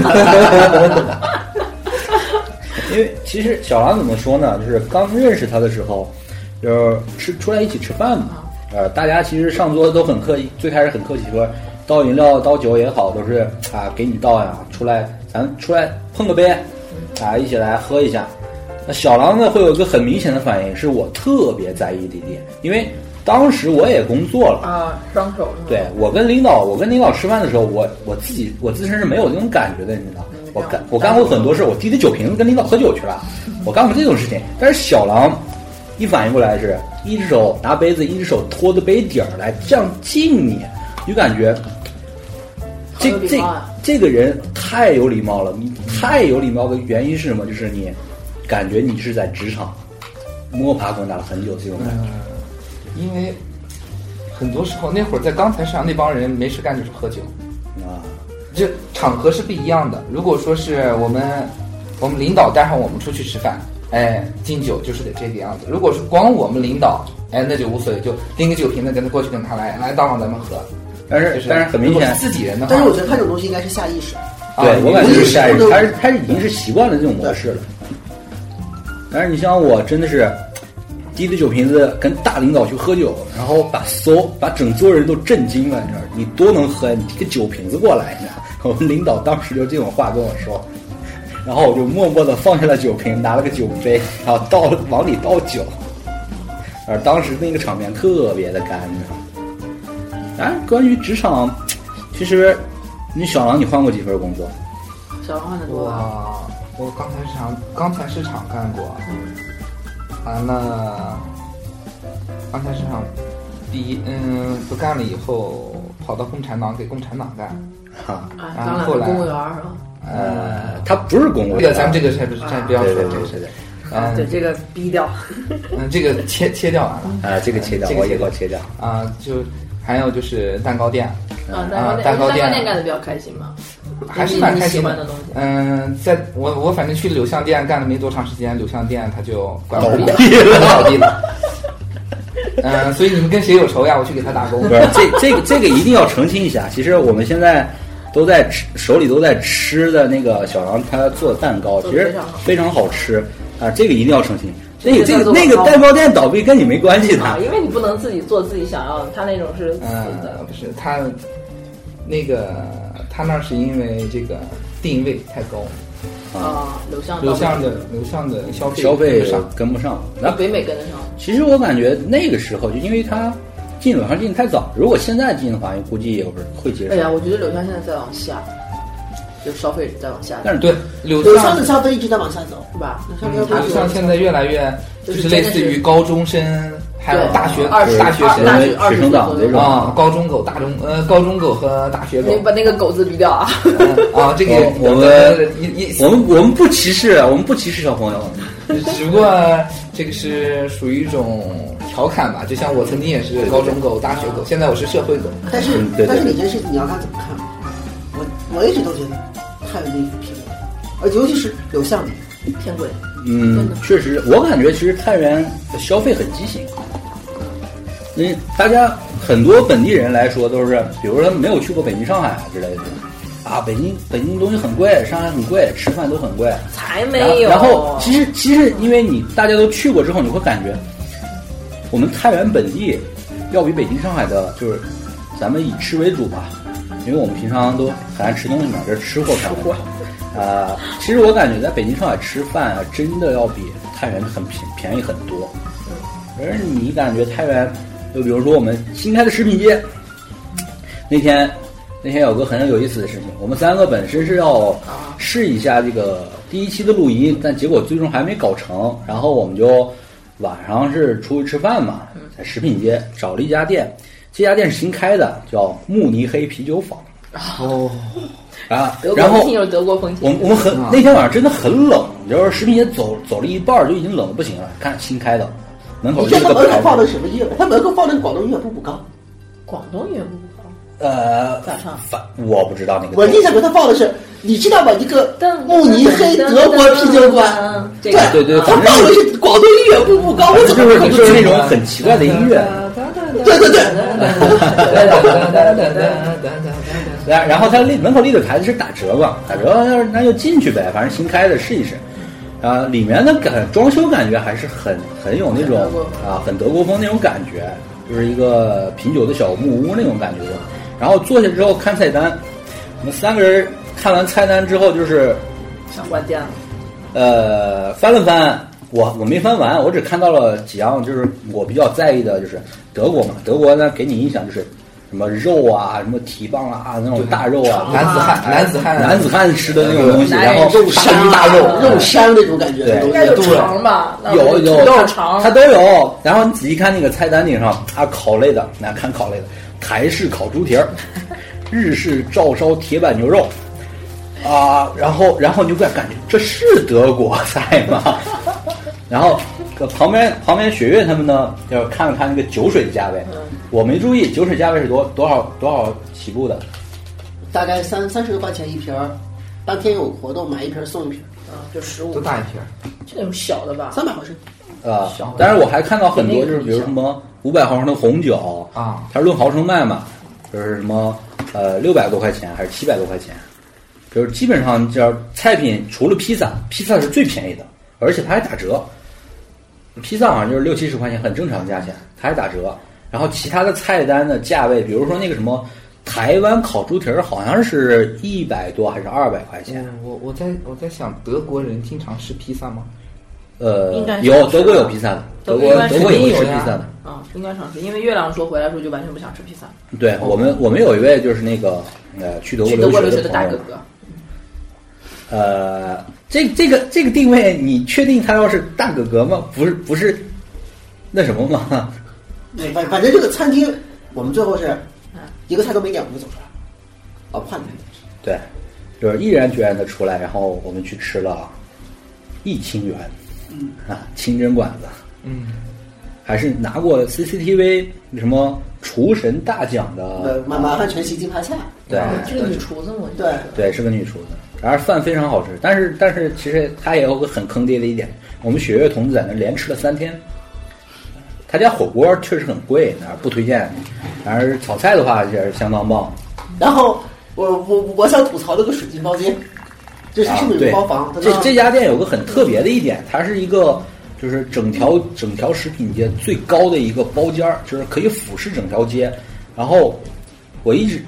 因为其实小狼怎么说呢？就是刚认识他的时候，就是吃出来一起吃饭嘛。呃，大家其实上桌都很客气，最开始很客气，说倒饮料、倒酒也好，都是啊给你倒呀，出来咱出来碰个杯，啊一起来喝一下。那小狼呢会有一个很明显的反应，是我特别在意的一点，因为当时我也工作了啊，双手是吗？ 对我跟领导，我跟领导吃饭的时候，我我自己我自身是没有这种感觉的，你知道。我干我干过很多事，我提着酒瓶子跟领导喝酒去了，我干过这种事情。但是小狼一反应过来是一只手拿杯子，一只手托着杯底儿来这样敬你，就感觉这这这个人太有礼貌了。你太有礼貌的原因是什么？就是你感觉你是在职场摸爬滚打了很久这种感觉。 嗯、因为很多时候那会儿在钢材市场那帮人没事干就是喝酒啊。 这场合是不一样的。如果说是我们我们领导带上我们出去吃饭，哎，敬酒就是得这个样子。如果是光我们领导，哎，那就无所谓，就拎个酒瓶子跟他过去跟他来来倒上咱们喝。 但是、就是、但是很明显自己人的话， 但是我觉得他这种东西应该是下意识。 对、啊、我感觉是下意识，他是他是已经是习惯了这种模式了。但是你像我真的是提着酒瓶子跟大领导去喝酒，然后把所把整桌人都震惊了，你知道你多能喝呀？你提个酒瓶子过来，你知道。我们领导当时就这种话跟我说，然后我就默默地放下了酒瓶，拿了个酒杯，然后倒往里倒酒，而当时那个场面特别的干。当然，关于职场，其实你小狼你换过几份工作？ 小狼换的多啊！我钢材市场钢材市场干过，完了钢材市场第一嗯不干了以后，跑到共产党给共产党干。 哈， 然后后来公务员是吧？ 呃，他不是公务员， 咱们这个才不是，咱不要说， 对对对对， 嗯，对这个逼掉， 嗯，这个切切掉完了啊，这个切掉，我以后切掉啊，就还有就是蛋糕店啊，蛋糕店， 蛋糕店干的比较开心嘛， 还是蛮开心的东西。 嗯，在我我反正去柳巷店干了没多长时间，柳巷店他就关倒闭了，倒闭了。嗯，所以你们跟谁有仇呀？我去给他打工。 不是，这这个这个一定要澄清一下。其实我们现在都在吃，手里都在吃的那个小狼他做的蛋糕，其实非常好吃啊！这个一定要澄清。那个这个那个蛋糕店倒闭跟你没关系的， 因为你不能自己做自己想要的，他那种是嗯，不是他那个他那是因为这个定位太高啊，楼上楼上的楼上的消费消费跟不上， 跟不上，那北美跟得上。 其实我感觉那个时候就因为他进柳巷进太早，如果现在进的话，估计也会接受。 哎呀，我觉得柳巷现在在往下，就消费在往下。 但是对柳柳巷的消费一直在往下走， 是吧？ 柳巷柳巷现在越来越就是类似于高中生还有大学二大学生大学二十学生党这种啊，高中狗大中呃高中狗和大学狗你把那个狗字捋掉啊！ 啊，这个我们一一我们我们不歧视，我们不歧视小朋友， 只不过这个是属于一种调侃吧，就像我曾经也是高中狗、大学狗，现在我是社会狗。 但是嗯对对对但是你这事情你要看怎么看？我我一直都觉得太原的衣服偏贵，而且尤其是柳巷的偏贵。 嗯，确实，我感觉其实太原的消费很畸形。因为大家很多本地人来说都是，比如说没有去过北京、上海啊之类的，啊，北京北京东西很贵，上海很贵，吃饭都很贵， 才没有。 然后，然后其实其实因为你大家都去过之后，你会感觉我们太原本地要比北京、上海的，就是咱们以吃为主吧，因为我们平常都很爱吃东西嘛，这是吃货看的。啊、呃，其实我感觉在北京、上海吃饭啊，真的要比太原很便便宜很多。而你感觉太原，就比如说我们新开的食品街，那天那天有个很有意思的事情，我们三个本身是要试一下这个第一期的录音，但结果最终还没搞成，然后我们就晚上是出去吃饭嘛，在食品街找了一家店，这家店是新开的，叫慕尼黑啤酒坊。 哦。 啊， 德然后国风情有德国风情。 我们我们很那天晚上真的很冷，就是食品街走走了一半就已经冷的不行了。看新开的，门口你看他门口立个牌放的什么乐？他门口放的广东乐步步高。 广东乐步步高。 呃， 咋唱？ 反我不知道那个。 我印象中他放的是，你知道吗？一个慕尼黑德国啤酒馆。 这个对对， 他放的是广东乐步步高，我怎么就是就是那种很奇怪的音乐。 对对对。 然然后他立门口立的牌子是打折嘛，打折要是那就进去呗，反正新开的试一试。啊，里面的感装修感觉还是很很有那种啊很德国风那种感觉，就是一个品酒的小木屋那种感觉的。然后坐下之后看菜单，我们三个人看完菜单之后就是想关店了。 呃，翻了翻，我我没翻完，我只看到了几样，就是我比较在意的，就是德国嘛，德国呢给你印象就是什么肉啊，什么蹄膀啊，那种大肉啊， 男子汉男子汉男子汉吃的那种东西，然后肉山大肉肉山那种感觉， 对， 应该有肠吧？ 有有有肠， 它都有。然后你仔细看那个菜单顶上啊，烤类的，那看烤类的，台式烤猪蹄儿，日式照烧铁板牛肉。啊，然后，然后你就感感觉这是德国菜吗？然后旁边旁边雪月他们呢，要看了看那个酒水的价位，嗯、我没注意酒水价位是多多少多少起步的， 大概三三十多块钱一瓶儿，当天有活动买一瓶送一瓶， 啊，就十五， 多大一瓶？ 就那种小的吧， 三百毫升。 啊，但是我还看到很多就是比如什么五百毫升的红酒啊， 它是论毫升卖嘛，就是什么呃六百多块钱还是七百多块钱。就是基本上叫菜品，除了披萨，披萨是最便宜的，而且它还打折。披萨好像就是六七十块钱，很正常的价钱，它还打折。然后其他的菜单的价位，比如说那个什么台湾烤猪蹄儿，好像是一百多还是二百块钱。 嗯、我我在我在想，德国人经常吃披萨吗？ 呃，有德国有披萨的，德国德国也会吃披萨的。 啊，应该常吃，因为月亮说回来时候就完全不想吃披萨。 对我们我们有一位就是那个呃去德国留学的大哥哥。 呃，这这个这个定位，你确定他要是大哥哥吗？不是不是，那什么吗？ 对，反反正这个餐厅，我们最后是一个菜都没点，我们就走出来了。哦，换的。 对，就是毅然决然的出来，然后我们去吃了益清园， 嗯啊，清真馆子， 嗯， 还是拿过 C C T V 什么厨神大奖的， 呃，马马汉全席金牌菜。 对， 这个女厨子我对对是个女厨子。然而饭非常好吃，但是但是其实他也有个很坑爹的一点，我们雪月童子在那连吃了三天。他家火锅确实很贵，那不推荐。然而炒菜的话也是相当棒。 然后我我我想吐槽那个水晶包间，这是是美容包房。 啊、这这家店有个很特别的一点，它是一个就是整条整条食品街最高的一个包间，就是可以俯视整条街。然后我一直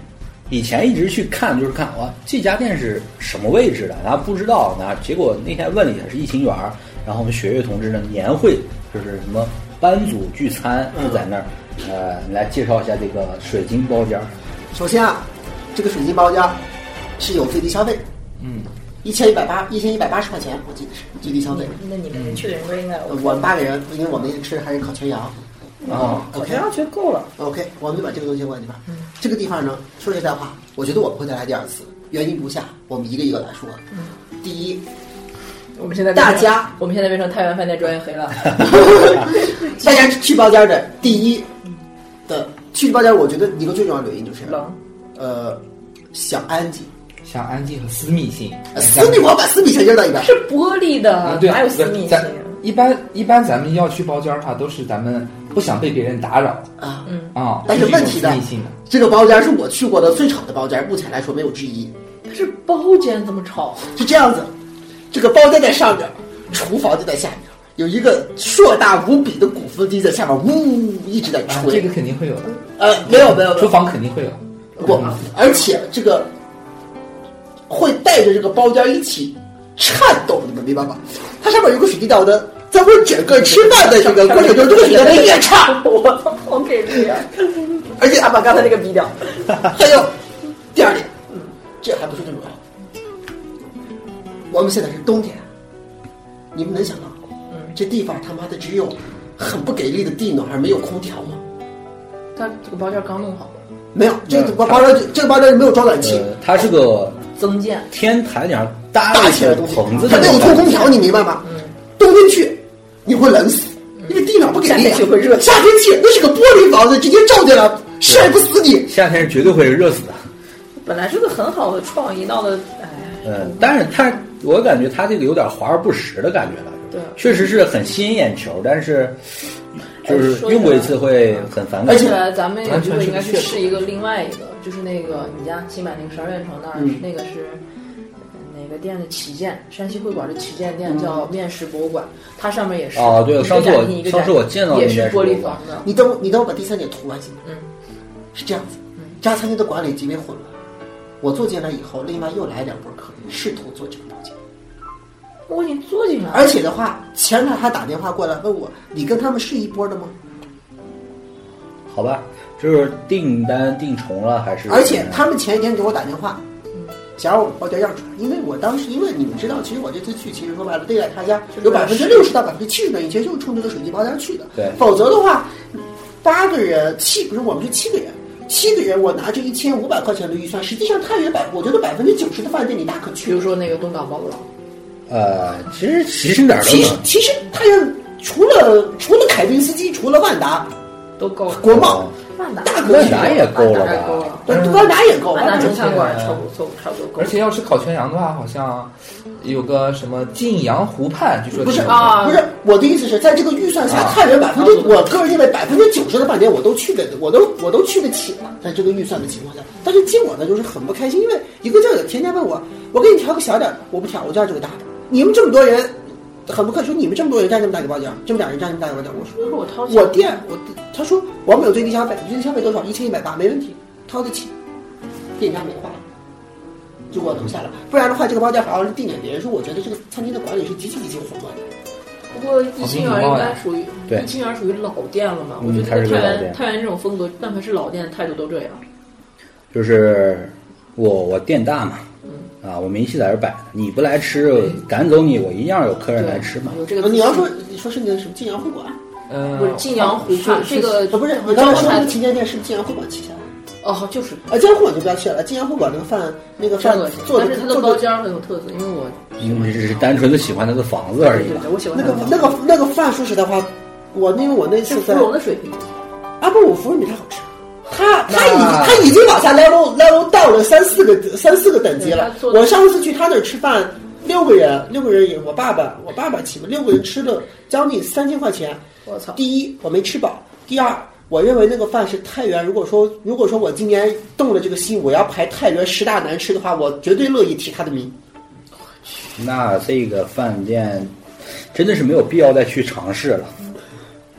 以前一直去看，就是看哇这家店是什么位置的，然后不知道，然后结果那天问了一下是疫情园，然后我们学乐同志的年会就是什么班组聚餐就在那儿，呃，来介绍一下这个水晶包间。 首先啊，这个水晶包间是有最低消费， 嗯， 一千一百八，一千一百八十块钱，我记得是最低消费。 那你们去的人都应该有。 我们八个人，因为我们吃还是烤全羊。 哦，烤全羊觉得够了。 OK， 我们就把这个东西过去吧。嗯，这个地方呢，说实在话，我觉得我们会再来第二次，原因如下，我们一个一个来说。嗯，第一， 我们现在大家， 我们现在变成太原饭店专业黑了。 大家去包间的第一的去包间，我觉得一个最重要的原因就是冷， 呃，想安静。 想安静和私密性， 私密我把私密性扔到一边， 是玻璃的， 啊、对哪有私密性？ 一般一般咱们要去包间的话，都是咱们不想被别人打扰啊， 嗯啊。 但是问题呢，这个包间是我去过的最吵的包间，目前来说没有之一。 它是包间这么吵？ 是这样子，这个包间在上面，厨房就在下面，有一个硕大无比的鼓风机在下面，呜一直在吹、 啊。这个肯定会有的。 呃，没有没有， 厨房肯定会有。 不，而且这个。会带着这个包间一起颤动，你们明白吗？它上面有个水滴吊灯，在我整个吃饭的这个过程中，这个水滴灯越颤， 我好给力啊！ 而且他把刚才那个逼掉。 还有第二点，这还不是最重要。我们现在是冬天，你们能想到，嗯，这地方他妈的只有很不给力的地暖，而没有空调吗？ 他这个包间刚弄好。 没有，这个包间这个包间没有装暖气， 呃、它是个增建天台顶上搭了一个棚子， 它没有通空调，你明白吗？嗯，冬天去你会冷死，因为地暖不给力， 夏天会热。 夏天去那是个玻璃房子，直接照进来，晒不死你。 夏天是绝对会热死的。 本来是个很好的创意，闹得哎。 嗯，但是它我感觉它这个有点华而不实的感觉了。 对， 确实是很吸引眼球，但是。就是用过一次会很反感， 而且咱们有机会应该去试一个另外一个，就是那个你家新买那个十二院城那儿，嗯、那个是哪个店的旗舰，山西会馆的旗舰店、嗯、叫面食博物馆，它上面也是哦，对，上次我上次我见到也是玻璃房的。 你等我，你等我把第三点涂完行吗？ 嗯， 是这样子，嗯，这家餐厅的管理极为混乱。我坐进来以后，另外又来两波客人试图做这个包间。 我已经坐进来了， 而且的话，前台还打电话过来问我，你跟他们是一波的吗？ 好吧，就是订单订重了还是？ 而且他们前一天给我打电话，想让我包间让出来，因为我当时因为你们知道，其实我这次去，其实说白了，对待他家有百分之六十到百分之七十的以前就是冲这个水晶包间去的， 对， 否则的话，八个人七不是我们是七个人。七个人，我拿着一千五百块钱的预算，实际上太原百，我觉得百分之九十的饭店你大可去。 比如说那个东港包子佬。 呃，其实其实哪儿都其实其实太原除了除了凯宾斯基，除了万达， 都够。 国贸、 万达、 万达也够了吧？ 对，万达也够， 万达中餐馆差不多差不多够。 而且要吃烤全羊的话，好像有个什么晋阳湖畔，据说不是啊，不是我的意思是在这个预算下，太原百分之，我个人认为百分之九十的饭店我都去得，我都我都去得起了，在这个预算的情况下。但是结果呢，就是很不开心，因为一个劲儿的天天问我，我给你调个小点，我不调，我就要这个大的。你们这么多人，很不客气说你们这么多人占这么大个包间，这么点人占这么大个包间，我说我掏我店我他说我们有最低消费，最低消费多少？一千一百八，没问题，掏得起。店家没话，就给我留下了。不然的话，这个包间好像是定点别人说，我觉得这个餐厅的管理是极其极其混乱的。 不过一清园应该属于对一清园属于老店了嘛？ 嗯、 我觉得太原太原这种风格，但凡是老店，态度都这样。 就是我我店大嘛。啊，我名气在这摆的，你不来吃，赶走你，我一样有客人来吃嘛。 有这个， 你要说你说是那个什么晋阳会馆， 呃， 不是晋阳湖畔这个， 不是你刚才说那个旗舰店是晋阳会馆旗下的。 哦，就是啊，晋阳会馆就不要去了，晋阳会馆那个饭那个饭做的， 但是它的包间很有特色，因为我你只是单纯的喜欢它的房子而已。 对，我喜欢那个那个那个饭，说实在话，我因为我那次在芙蓉的水平啊，不，我芙蓉比它好吃。他他已他已经往下 level level 到了三四个三四个等级了。我上次去他那儿吃饭，六个人六个人也我爸爸我爸爸起嘛，六个人吃了将近三千块钱。 我操！ 第一我没吃饱，第二我认为那个饭是太原。如果说如果说我今年动了这个心，我要排太原十大难吃的话，我绝对乐意提他的名。 那这个饭店真的是没有必要再去尝试了。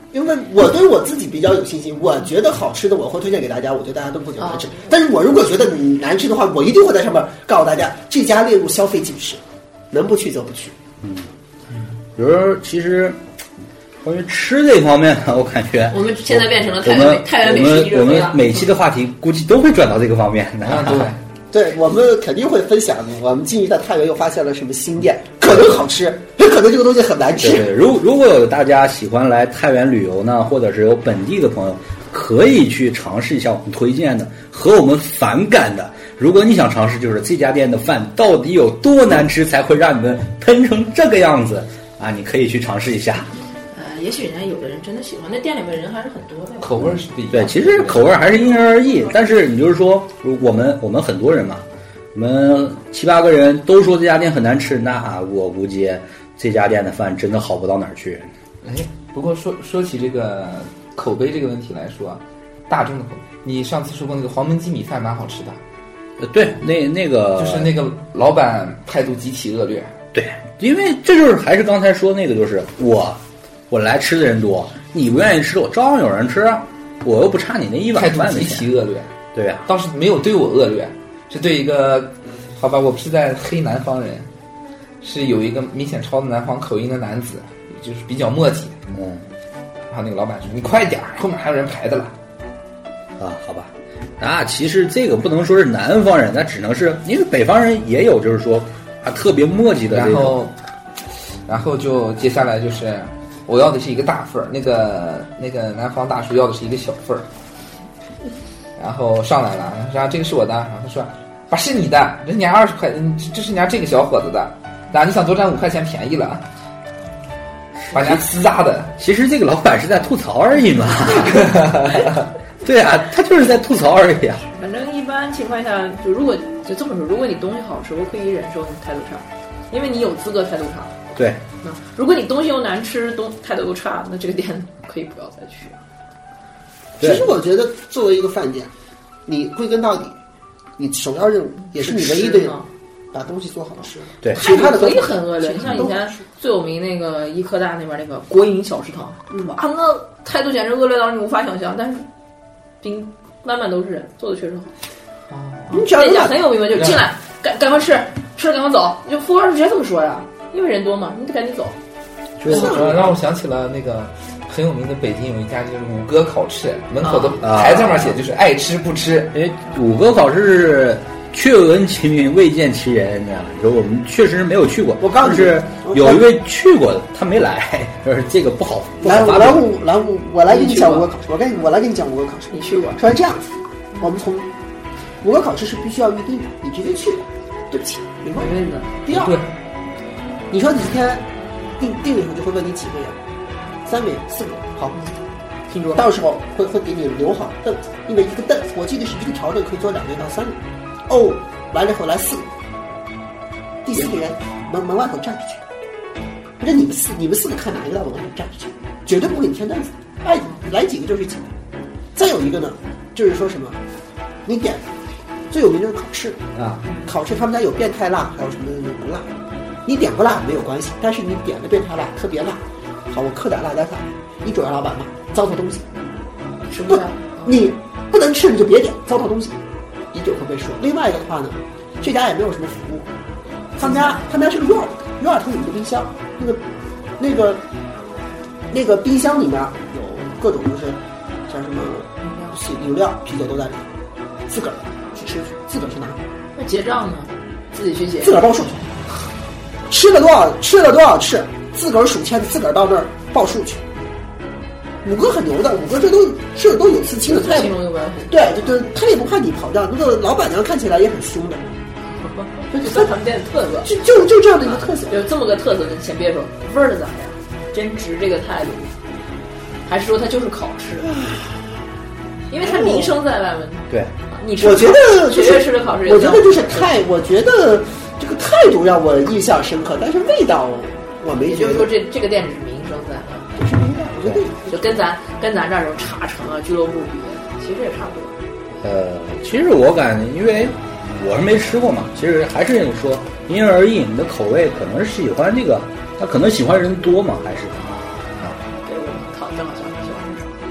因为我对我自己比较有信心，我觉得好吃的我会推荐给大家，我觉得大家都不会觉得难吃。 哦、 但是我如果觉得难吃的话，我一定会在上面告诉大家，这家列入消费警示，能不去就不去。 嗯，比如说，其实关于吃这方面呢，我感觉我们现在变成了太原太原美食一我们我们每期的话题估计都会转到这个方面的。 对。 对，我们肯定会分享。我们近日在太原又发现了什么新店，可能好吃，也可能这个东西很难吃。 对，如如果有大家喜欢来太原旅游呢，或者是有本地的朋友，可以去尝试一下我们推荐的和我们反感的。如果你想尝试，就是这家店的饭到底有多难吃，才会让你们喷成这个样子啊？你可以去尝试一下。 呃，也许人家有的人真的喜欢，那店里面人还是很多的， 口味是不一样。 对，其实口味还是因人而异。但是你就是说，我们我们很多人嘛，我们七八个人都说这家店很难吃，那我估计这家店的饭真的好不到哪儿去。 哎，不过说说起这个口碑这个问题来说，大众的口，你上次说过那个黄焖鸡米饭蛮好吃的。 呃，对，那那个就是那个老板态度极其恶劣。 对，因为这就是还是刚才说那个，就是我我来吃的人多，你不愿意吃，我照样有人吃，我又不差你那一碗饭的钱。 态度极其恶劣。 对呀、啊， 倒是没有对我恶劣，是对一个，好吧，我是在黑南方人，是有一个明显抄的南方口音的男子，就是比较磨叽。 嗯， 然后那个老板说：“你快点，后面还有人排的了。” 啊，好吧。啊，其实这个不能说是南方人，那只能是因为北方人也有，就是说啊特别磨叽的这种。 然后，然后就接下来就是我要的是一个大份儿，那个那个南方大叔要的是一个小份儿。然后上来了，然后这个是我的，然后他说：“把是你的，人家二十块，这是人家这个小伙子的，然后你想多占五块钱便宜了，把人家厮扎的。” 其实这个老板是在吐槽而已嘛。对啊，他就是在吐槽而已啊。 反正一般情况下，就如果就这么说，如果你东西好吃，我可以忍受你态度差，因为你有资格态度差。 对， 嗯，如果你东西又难吃，东态度又差，那这个店可以不要再去啊。 其实我觉得，作为一个饭店，你归根到底，你首要任务也是你唯一的任务，把东西做好吃。 对， 其他的可以很恶劣。你像以前最有名那个医科大那边那个国营小食堂，嗯啊，那态度简直恶劣到你无法想象。但是，冰满满都是人，做的确实好。 哦，你只要那家很有名嘛，就进来赶赶快吃，吃了赶快走。就服务员直接这么说呀，因为人多嘛，你得赶紧走。 就是让我想起了那个很有名的北京有一家就是五哥烤翅，门口的牌子上面写就是爱吃不吃。 因为五哥烤翅是确闻其名未见其人，这样说我们确实没有去过。 我告诉你， 是有一位去过的，他没来，就是这个不好不好来， 发我来我来我我来给你讲五哥烤翅，我跟你我来给你讲五哥烤翅。 你去过？ 说这样子，我们从五哥烤翅是必须要预定的，你直接去，对不起，没问题。第二，你说你今天定定了以后就会问你几个人，三个人、四个人，好，听说到时候会会给你留好凳子，因为一个凳子我记得是一个朝着可以坐两人到三人。哦，来了以后来四个，第四个人门门外头站着去，不是你们四你们四个看哪一个到门外头站着去，绝对不会给你添凳子，哎，来几个就是几个。再有一个呢，就是说什么，你点最有名就是烤翅啊， 烤翅他们家有变态辣，还有什么不辣。你点不辣没有关系，但是你点的变态辣特别辣，好，我刻点辣椒下来，你主要老板骂糟蹋东西，不，你不能吃你就别点，糟蹋东西，一定会被说。另外一个的话呢，这家也没有什么服务，他们家他们家是个院儿，院儿头有一个冰箱，那个那个那个冰箱里面有各种就是像什么饮料、啤酒都在里面，自个儿去吃去，自个儿去拿。 那结账呢？自己去结， 自个儿报数去。吃了多少吃了多少次，自个儿数签，自个儿到那儿报数去。五哥很牛的，五哥这都事都有刺青的，他也对对对，他也不怕你跑账。那个老板娘看起来也很凶的， 这就是他们店的特色， 就就就这样的一个特色。 有这么个特色，你先别说味儿的咋样，真值这个态度，还是说他就是烤翅？因为他名声在外面。 对， 你吃我觉得绝对吃的烤翅， 我觉得就是态，我觉得。这个态度让我印象深刻，但是味道我没觉得。 也就是说这，这这个店只是名声在外， 就是名声。我觉得就跟咱跟咱这儿这种茶城啊、俱乐部比，其实也差不多。 呃，其实我感觉，因为我是没吃过嘛，其实还是说因人而异，你的口味可能是喜欢这个，他可能喜欢人多嘛，还是啊？对，我们考证好像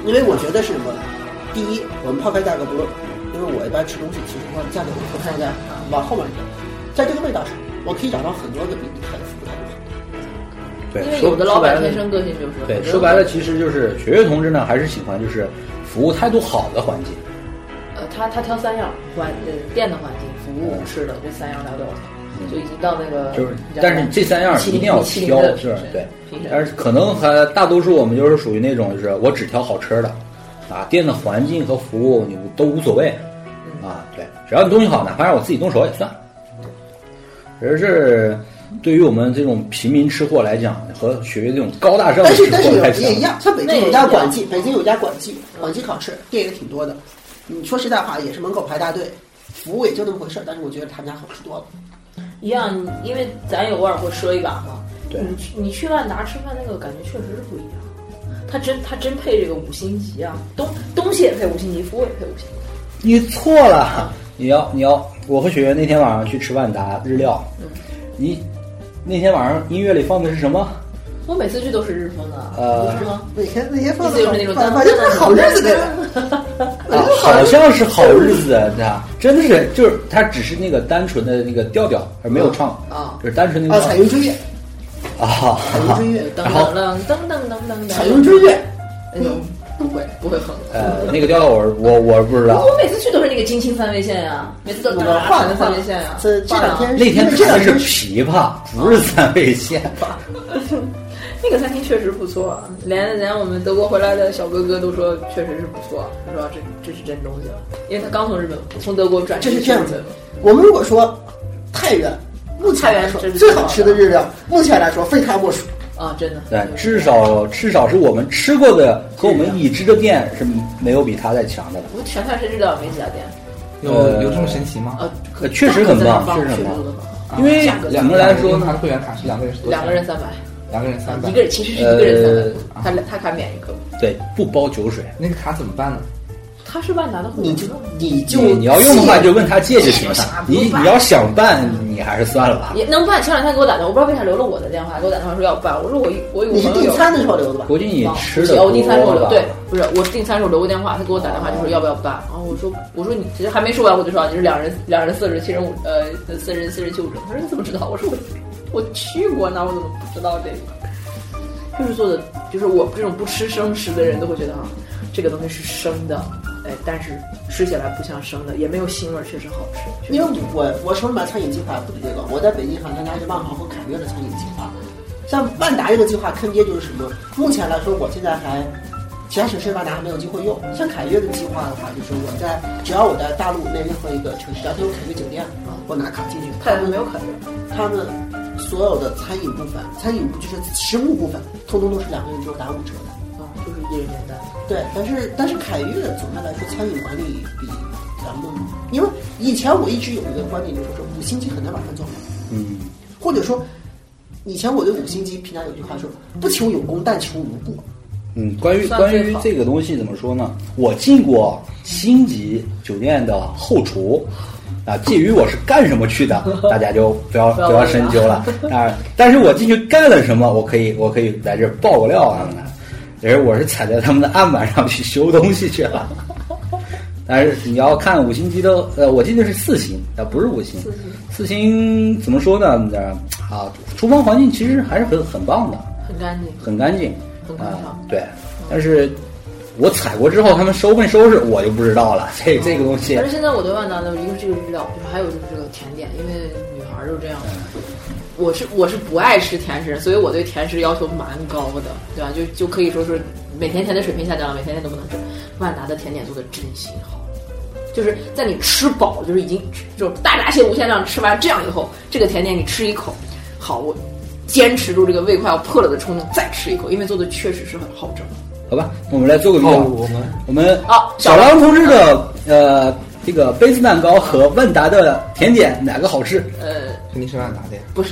因为我觉得是什么？第一，我们抛开价格不论，因为我一般吃东西，其实说价格我看一下往后面一点，在这个味道上，我可以找到很多个比你开的服务态度好。 对， 因为有的老板天生个性就是对，说白了其实就是学学同志呢，还是喜欢就是服务态度好的环境。 呃，他他挑三样，环呃店的环境、服务、吃的这三样他都要挑。就已经到那个， 就是，但是这三样一定要挑，是对。但是可能还大多数我们就是属于那种，就是我只挑好吃的，啊，店的环境和服务你都无所谓，啊，对，只要你东西好，哪怕让我自己动手也算。而是对于我们这种平民吃货来讲，和雪月这种高大上的吃货来讲， 但是但是也一样，像北京有家管记，北京有家管记，管记考试店也挺多的。你说实在话，也是门口排大队，服务也就那么回事，但是我觉得他们家好吃多了。 一样，因为咱有偶尔会赊一把嘛。 对， 你去你去万达吃饭，那个感觉确实是不一样。他真他真配这个五星级啊，东东西也配五星级，服务也配五星级。 你错了，你要你要，我和雪月那天晚上去吃万达日料，嗯，你那天晚上音乐里放的是什么？ 我每次去都是日风的， 呃， 是吗？ 那天那天放的就是那种反正是好日子的。 啊，好像是好日子，啊，真的是，就是它只是那个单纯的那个调调，而没有唱啊， 就是单纯那个。 啊，彩云追月啊， 彩云追月， 噔噔噔噔噔噔噔， 彩云追月， 哎呦，不会不会哼。 呃，那个调调我我我不知道。 我每次去都是那个京青三味线呀，每次都大换的三味线呀。 这这两天那天弹的是琵琶，不是三味线。 那个餐厅确实不错，连连我们德国回来的小哥哥都说确实是不错，说这这是真东西了，因为他刚从日本从德国转。 这是这样子，我们如果说太原，目前来说最最好吃的日料，目前来说非它莫属啊，真的。 对，至少至少是我们吃过的和我们已知的店是没有比它再强的了。 我全菜市日料没几家店， 有有这么神奇吗？ 呃，确实很棒，确实很棒。因为怎么来说呢？ 他的会员卡是两个人是多少？ 两个人三百。 两个人三百， 一个人其实是一个人三百，他他卡免一个， 对，不包酒水。 那个卡怎么办呢？ 他是万达的会员， 你就你就你要用的话就问他借就行了。你你要想办，你还是算了吧。 也能办。前两天给我打电话，我不知道为啥留了我的电话，给我打电话说要办。我说我我有你是订餐的时候留的吧？ 估计你吃的我订餐时候留，对，不是我订餐时候留过电话，他给我打电话就说要不要办。然后我说我说你其实还没说完我就说你是两人两人四十七人五呃四人四十七五折。他说你怎么知道？我说我我去过那我怎么不知道这个？就是做的，就是我这种不吃生食的人都会觉得啊，这个东西是生的，哎，但是吃起来不像生的，也没有腥味，确实好吃。 因为我我手里买餐饮计划不止这个，我在北京还参加是万豪和凯悦的餐饮计划。像万达这个计划坑爹就是什么？目前来说，我现在还其他省市万达还没有机会用。像凯悦的计划的话，就是我在只要我在大陆那任何一个城市，只要它有凯悦酒店，我拿卡进去， 泰国没有凯悦， 他们所有的餐饮部分，餐饮就是食物部分，通通都是两个人只有打五折的啊，就是一人简单。 对，但是但是凯悦总的来说，餐饮管理比咱们，因为以前我一直有一个观点，就是说五星级很难把饭做好， 嗯， 或者说以前我对五星级评价有句话说，不求有功，但求无过。 嗯，关于关于这个东西怎么说呢？我进过星级酒店的后厨。啊，至于我是干什么去的，大家就不要不要深究了啊。但是我进去干了什么，我可以我可以在这爆个料啊。也是我是踩在他们的案板上去修东西去了。但是你要看五星级的，呃，我进的是四星，啊，不是五星。四星怎么说呢？啊，厨房环境其实还是很很棒的， 很干净， 很干净， 很宽敞。 对，但是。我踩过之后，他们收没收拾我就不知道了。这这个东西， 但是现在我对万达的一个是这个日料，就是还有就是这个甜点，因为女孩就这样。我是我是不爱吃甜食，所以我对甜食要求蛮高的，对吧？就就可以说是每天甜的水平下降了，每天甜都不能吃。万达的甜点做的真心好，就是在你吃饱，就是已经就大闸蟹无限量吃完这样以后，这个甜点你吃一口，好，我坚持住这个胃快要破了的冲动，再吃一口，因为做的确实是很好整。 好吧，我们来做个比较。 我们我们啊， 小狼同志的呃这个杯子蛋糕和万达的甜点哪个好吃？ 呃， 肯定是万达的呀。 不是，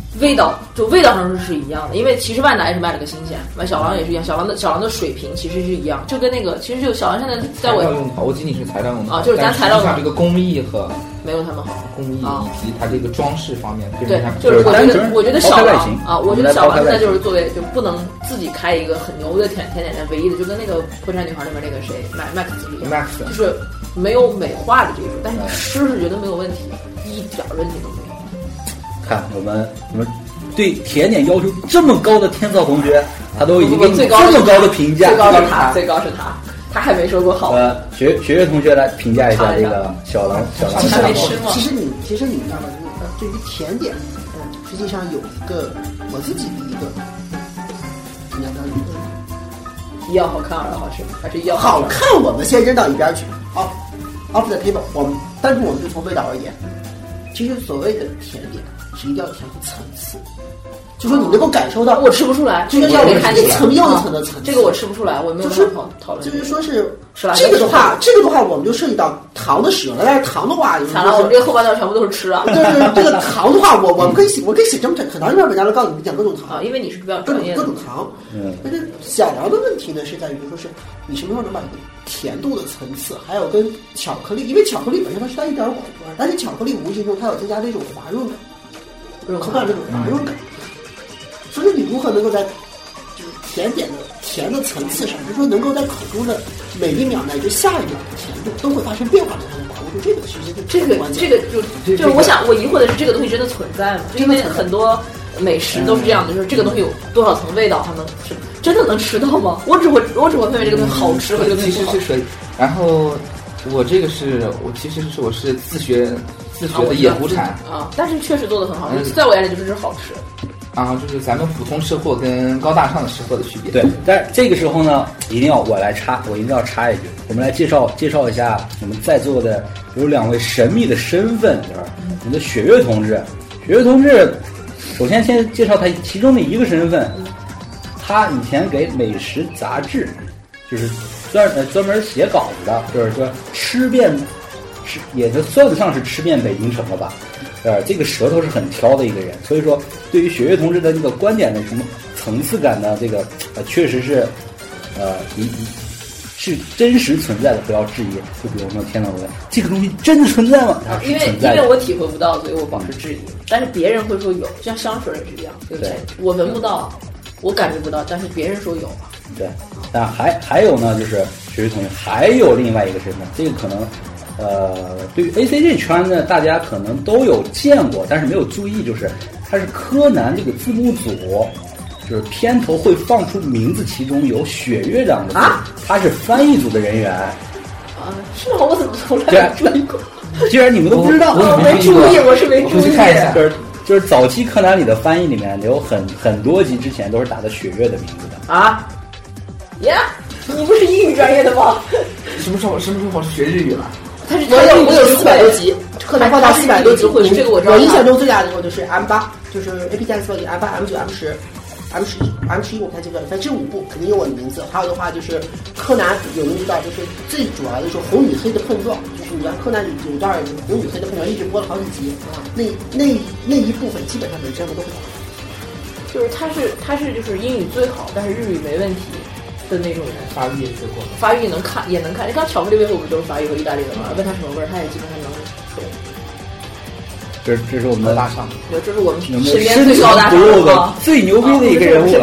味道就味道上是是一样的，因为其实万达也是卖了个新鲜，买小狼也是一样，小狼的小狼的水平其实是一样，就跟那个其实就小狼现在在我材料用的好，我仅仅是材料用的啊，就是咱材料上这个工艺和没有他们好， 工艺以及它这个装饰方面， 对，就是我觉得我觉得小狼啊，我觉得小狼现在就是作为就不能自己开一个很牛的甜甜点店，唯一的就跟那个破产女孩里面那个谁麦麦克斯一样，就是没有美化的技术，但是你吃是觉得没有问题，一点问题都没有。 看我们我们对甜点要求这么高的天草同学，他都已经给你这么高的评价， 最高是他，最高是他，他还没说过好。 呃，学学学同学来评价一下这个小狼小狼。 其实其实你其实你知道吗？对于甜点，嗯，实际上有一个我自己的一个评价标准。 一要好看，二要好吃，还是一要好看？我们先扔到一边去。off off the table， 我们但是我们就从味道而言，其实所谓的甜点是一定要甜出层次，就说你能够感受到， 我吃不出来， 就是要一层又一层的层次。 这个我吃不出来，我没有办法讨论。 就是说是这个的话，这个的话我们就涉及到糖的使用了。但是糖的话， 惨了，我们这个后半段全部都是吃啊。 就是这个糖的话，我我们可以写，我可以写这么很长一篇文章来告诉你讲各种糖啊，因为你是比较各种专业各种糖。嗯，但是小狼的问题呢是在于说是你什么时候能把这个甜度的层次，还有跟巧克力，因为巧克力本身它是带一点果味，但是巧克力无形中它有增加这种滑润感，口感这种滑润感。所以你如何能够在就是甜点的甜的层次上，就是说能够在口中的每一秒乃至下一秒的甜度都会发生变化的，才能把握住这个其实就这个这个就就是我想我疑惑的是这个东西真的存在吗？因为很多美食都是这样的，就是这个东西有多少层味道，它能吃，真的能吃到吗？我只会我只会分为这个东西好吃和这个东西不好吃。 其实是，然后我这个是我其实是我是自学自学的野狐产啊，但是确实做的很好，嗯、在我眼里就是好吃。 啊，就是咱们普通吃货跟高大上的吃货的区别。 对，但是这个时候呢，一定要我来插，我一定要插一句，我们来介绍介绍一下我们在座的有两位神秘的身份，就是我们的雪月同志。雪月同志，首先先介绍他其中的一个身份，他以前给美食杂志，就是专呃专门写稿子的，就是说吃遍，吃也就算得上是吃遍北京城了吧。呃，这个舌头是很挑的一个人，所以说对于雪月同志的这个观点的什么层次感呢，这个呃确实是呃一一是真实存在的，不要质疑。就比如说天堂问这个东西真的存在吗？它因为因为我体会不到，所以我保持质疑。但是别人会说有，就像香水也是一样，对不对？我闻不到，我感觉不到，但是别人说有啊。 对，但还还有呢，就是雪月同学还有另外一个身份，这个可能。呃，对于 A C G 圈呢，大家可能都有见过，但是没有注意，就是它是柯南这个字幕组，就是片头会放出名字，其中有雪月这样的字，啊、他是翻译组的人员。 啊，是吗？我怎么从来没注意过？ 既然你们都不知道， 我没注意，我是没注意。 看一下，就是就是早期柯南里的翻译里面有很很多集之前都是打的雪月的名字的啊。呀，你不是英语专业的吗？ 什么时候什么时候是学日语了？ 他是我有我有四百多集，可能放到四百多集。 这个我知道。 我印象中最大的时候就是 M 八，就是 A P G X 里 M 八、M 九、M 十、M 十一、M 十一，我不太记得了。反正这五部肯定有我的名字。还有的话就是柯南，有人知道，就是最主要的是红与黑的碰撞，就是你知道柯南有一段红与黑的碰撞，一直播了好几集。那那那一部分基本上每章都会。 就是他是他是就是英语最好，但是日语没问题。的那种人， 法语也学过， 法语能看也能看。你看巧克力味，我们都是法语和意大利文嘛，问他什么味儿，他也基本上能说。 这这是我们的大上， 对，这是我们身边最高大上的、最牛逼的一个人物。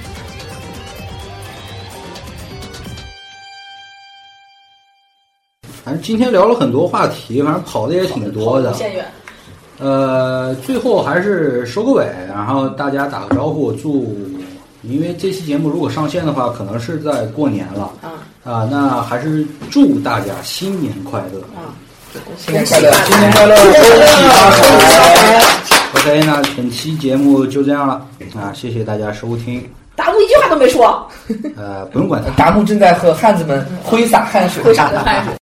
反正今天聊了很多话题，反正跑的也挺多的。 线远。 呃，最后还是收个尾，然后大家打个招呼，祝。因为这期节目如果上线的话，可能是在过年了啊啊，那还是祝大家新年快乐啊！ 新年快乐，新年快乐！恭喜发财 ！OK， 那本期节目就这样了啊，谢谢大家收听。 达木一句话都没说。 呃，不用管他， 达木正在和汉子们挥洒汗水， 挥洒的汗水。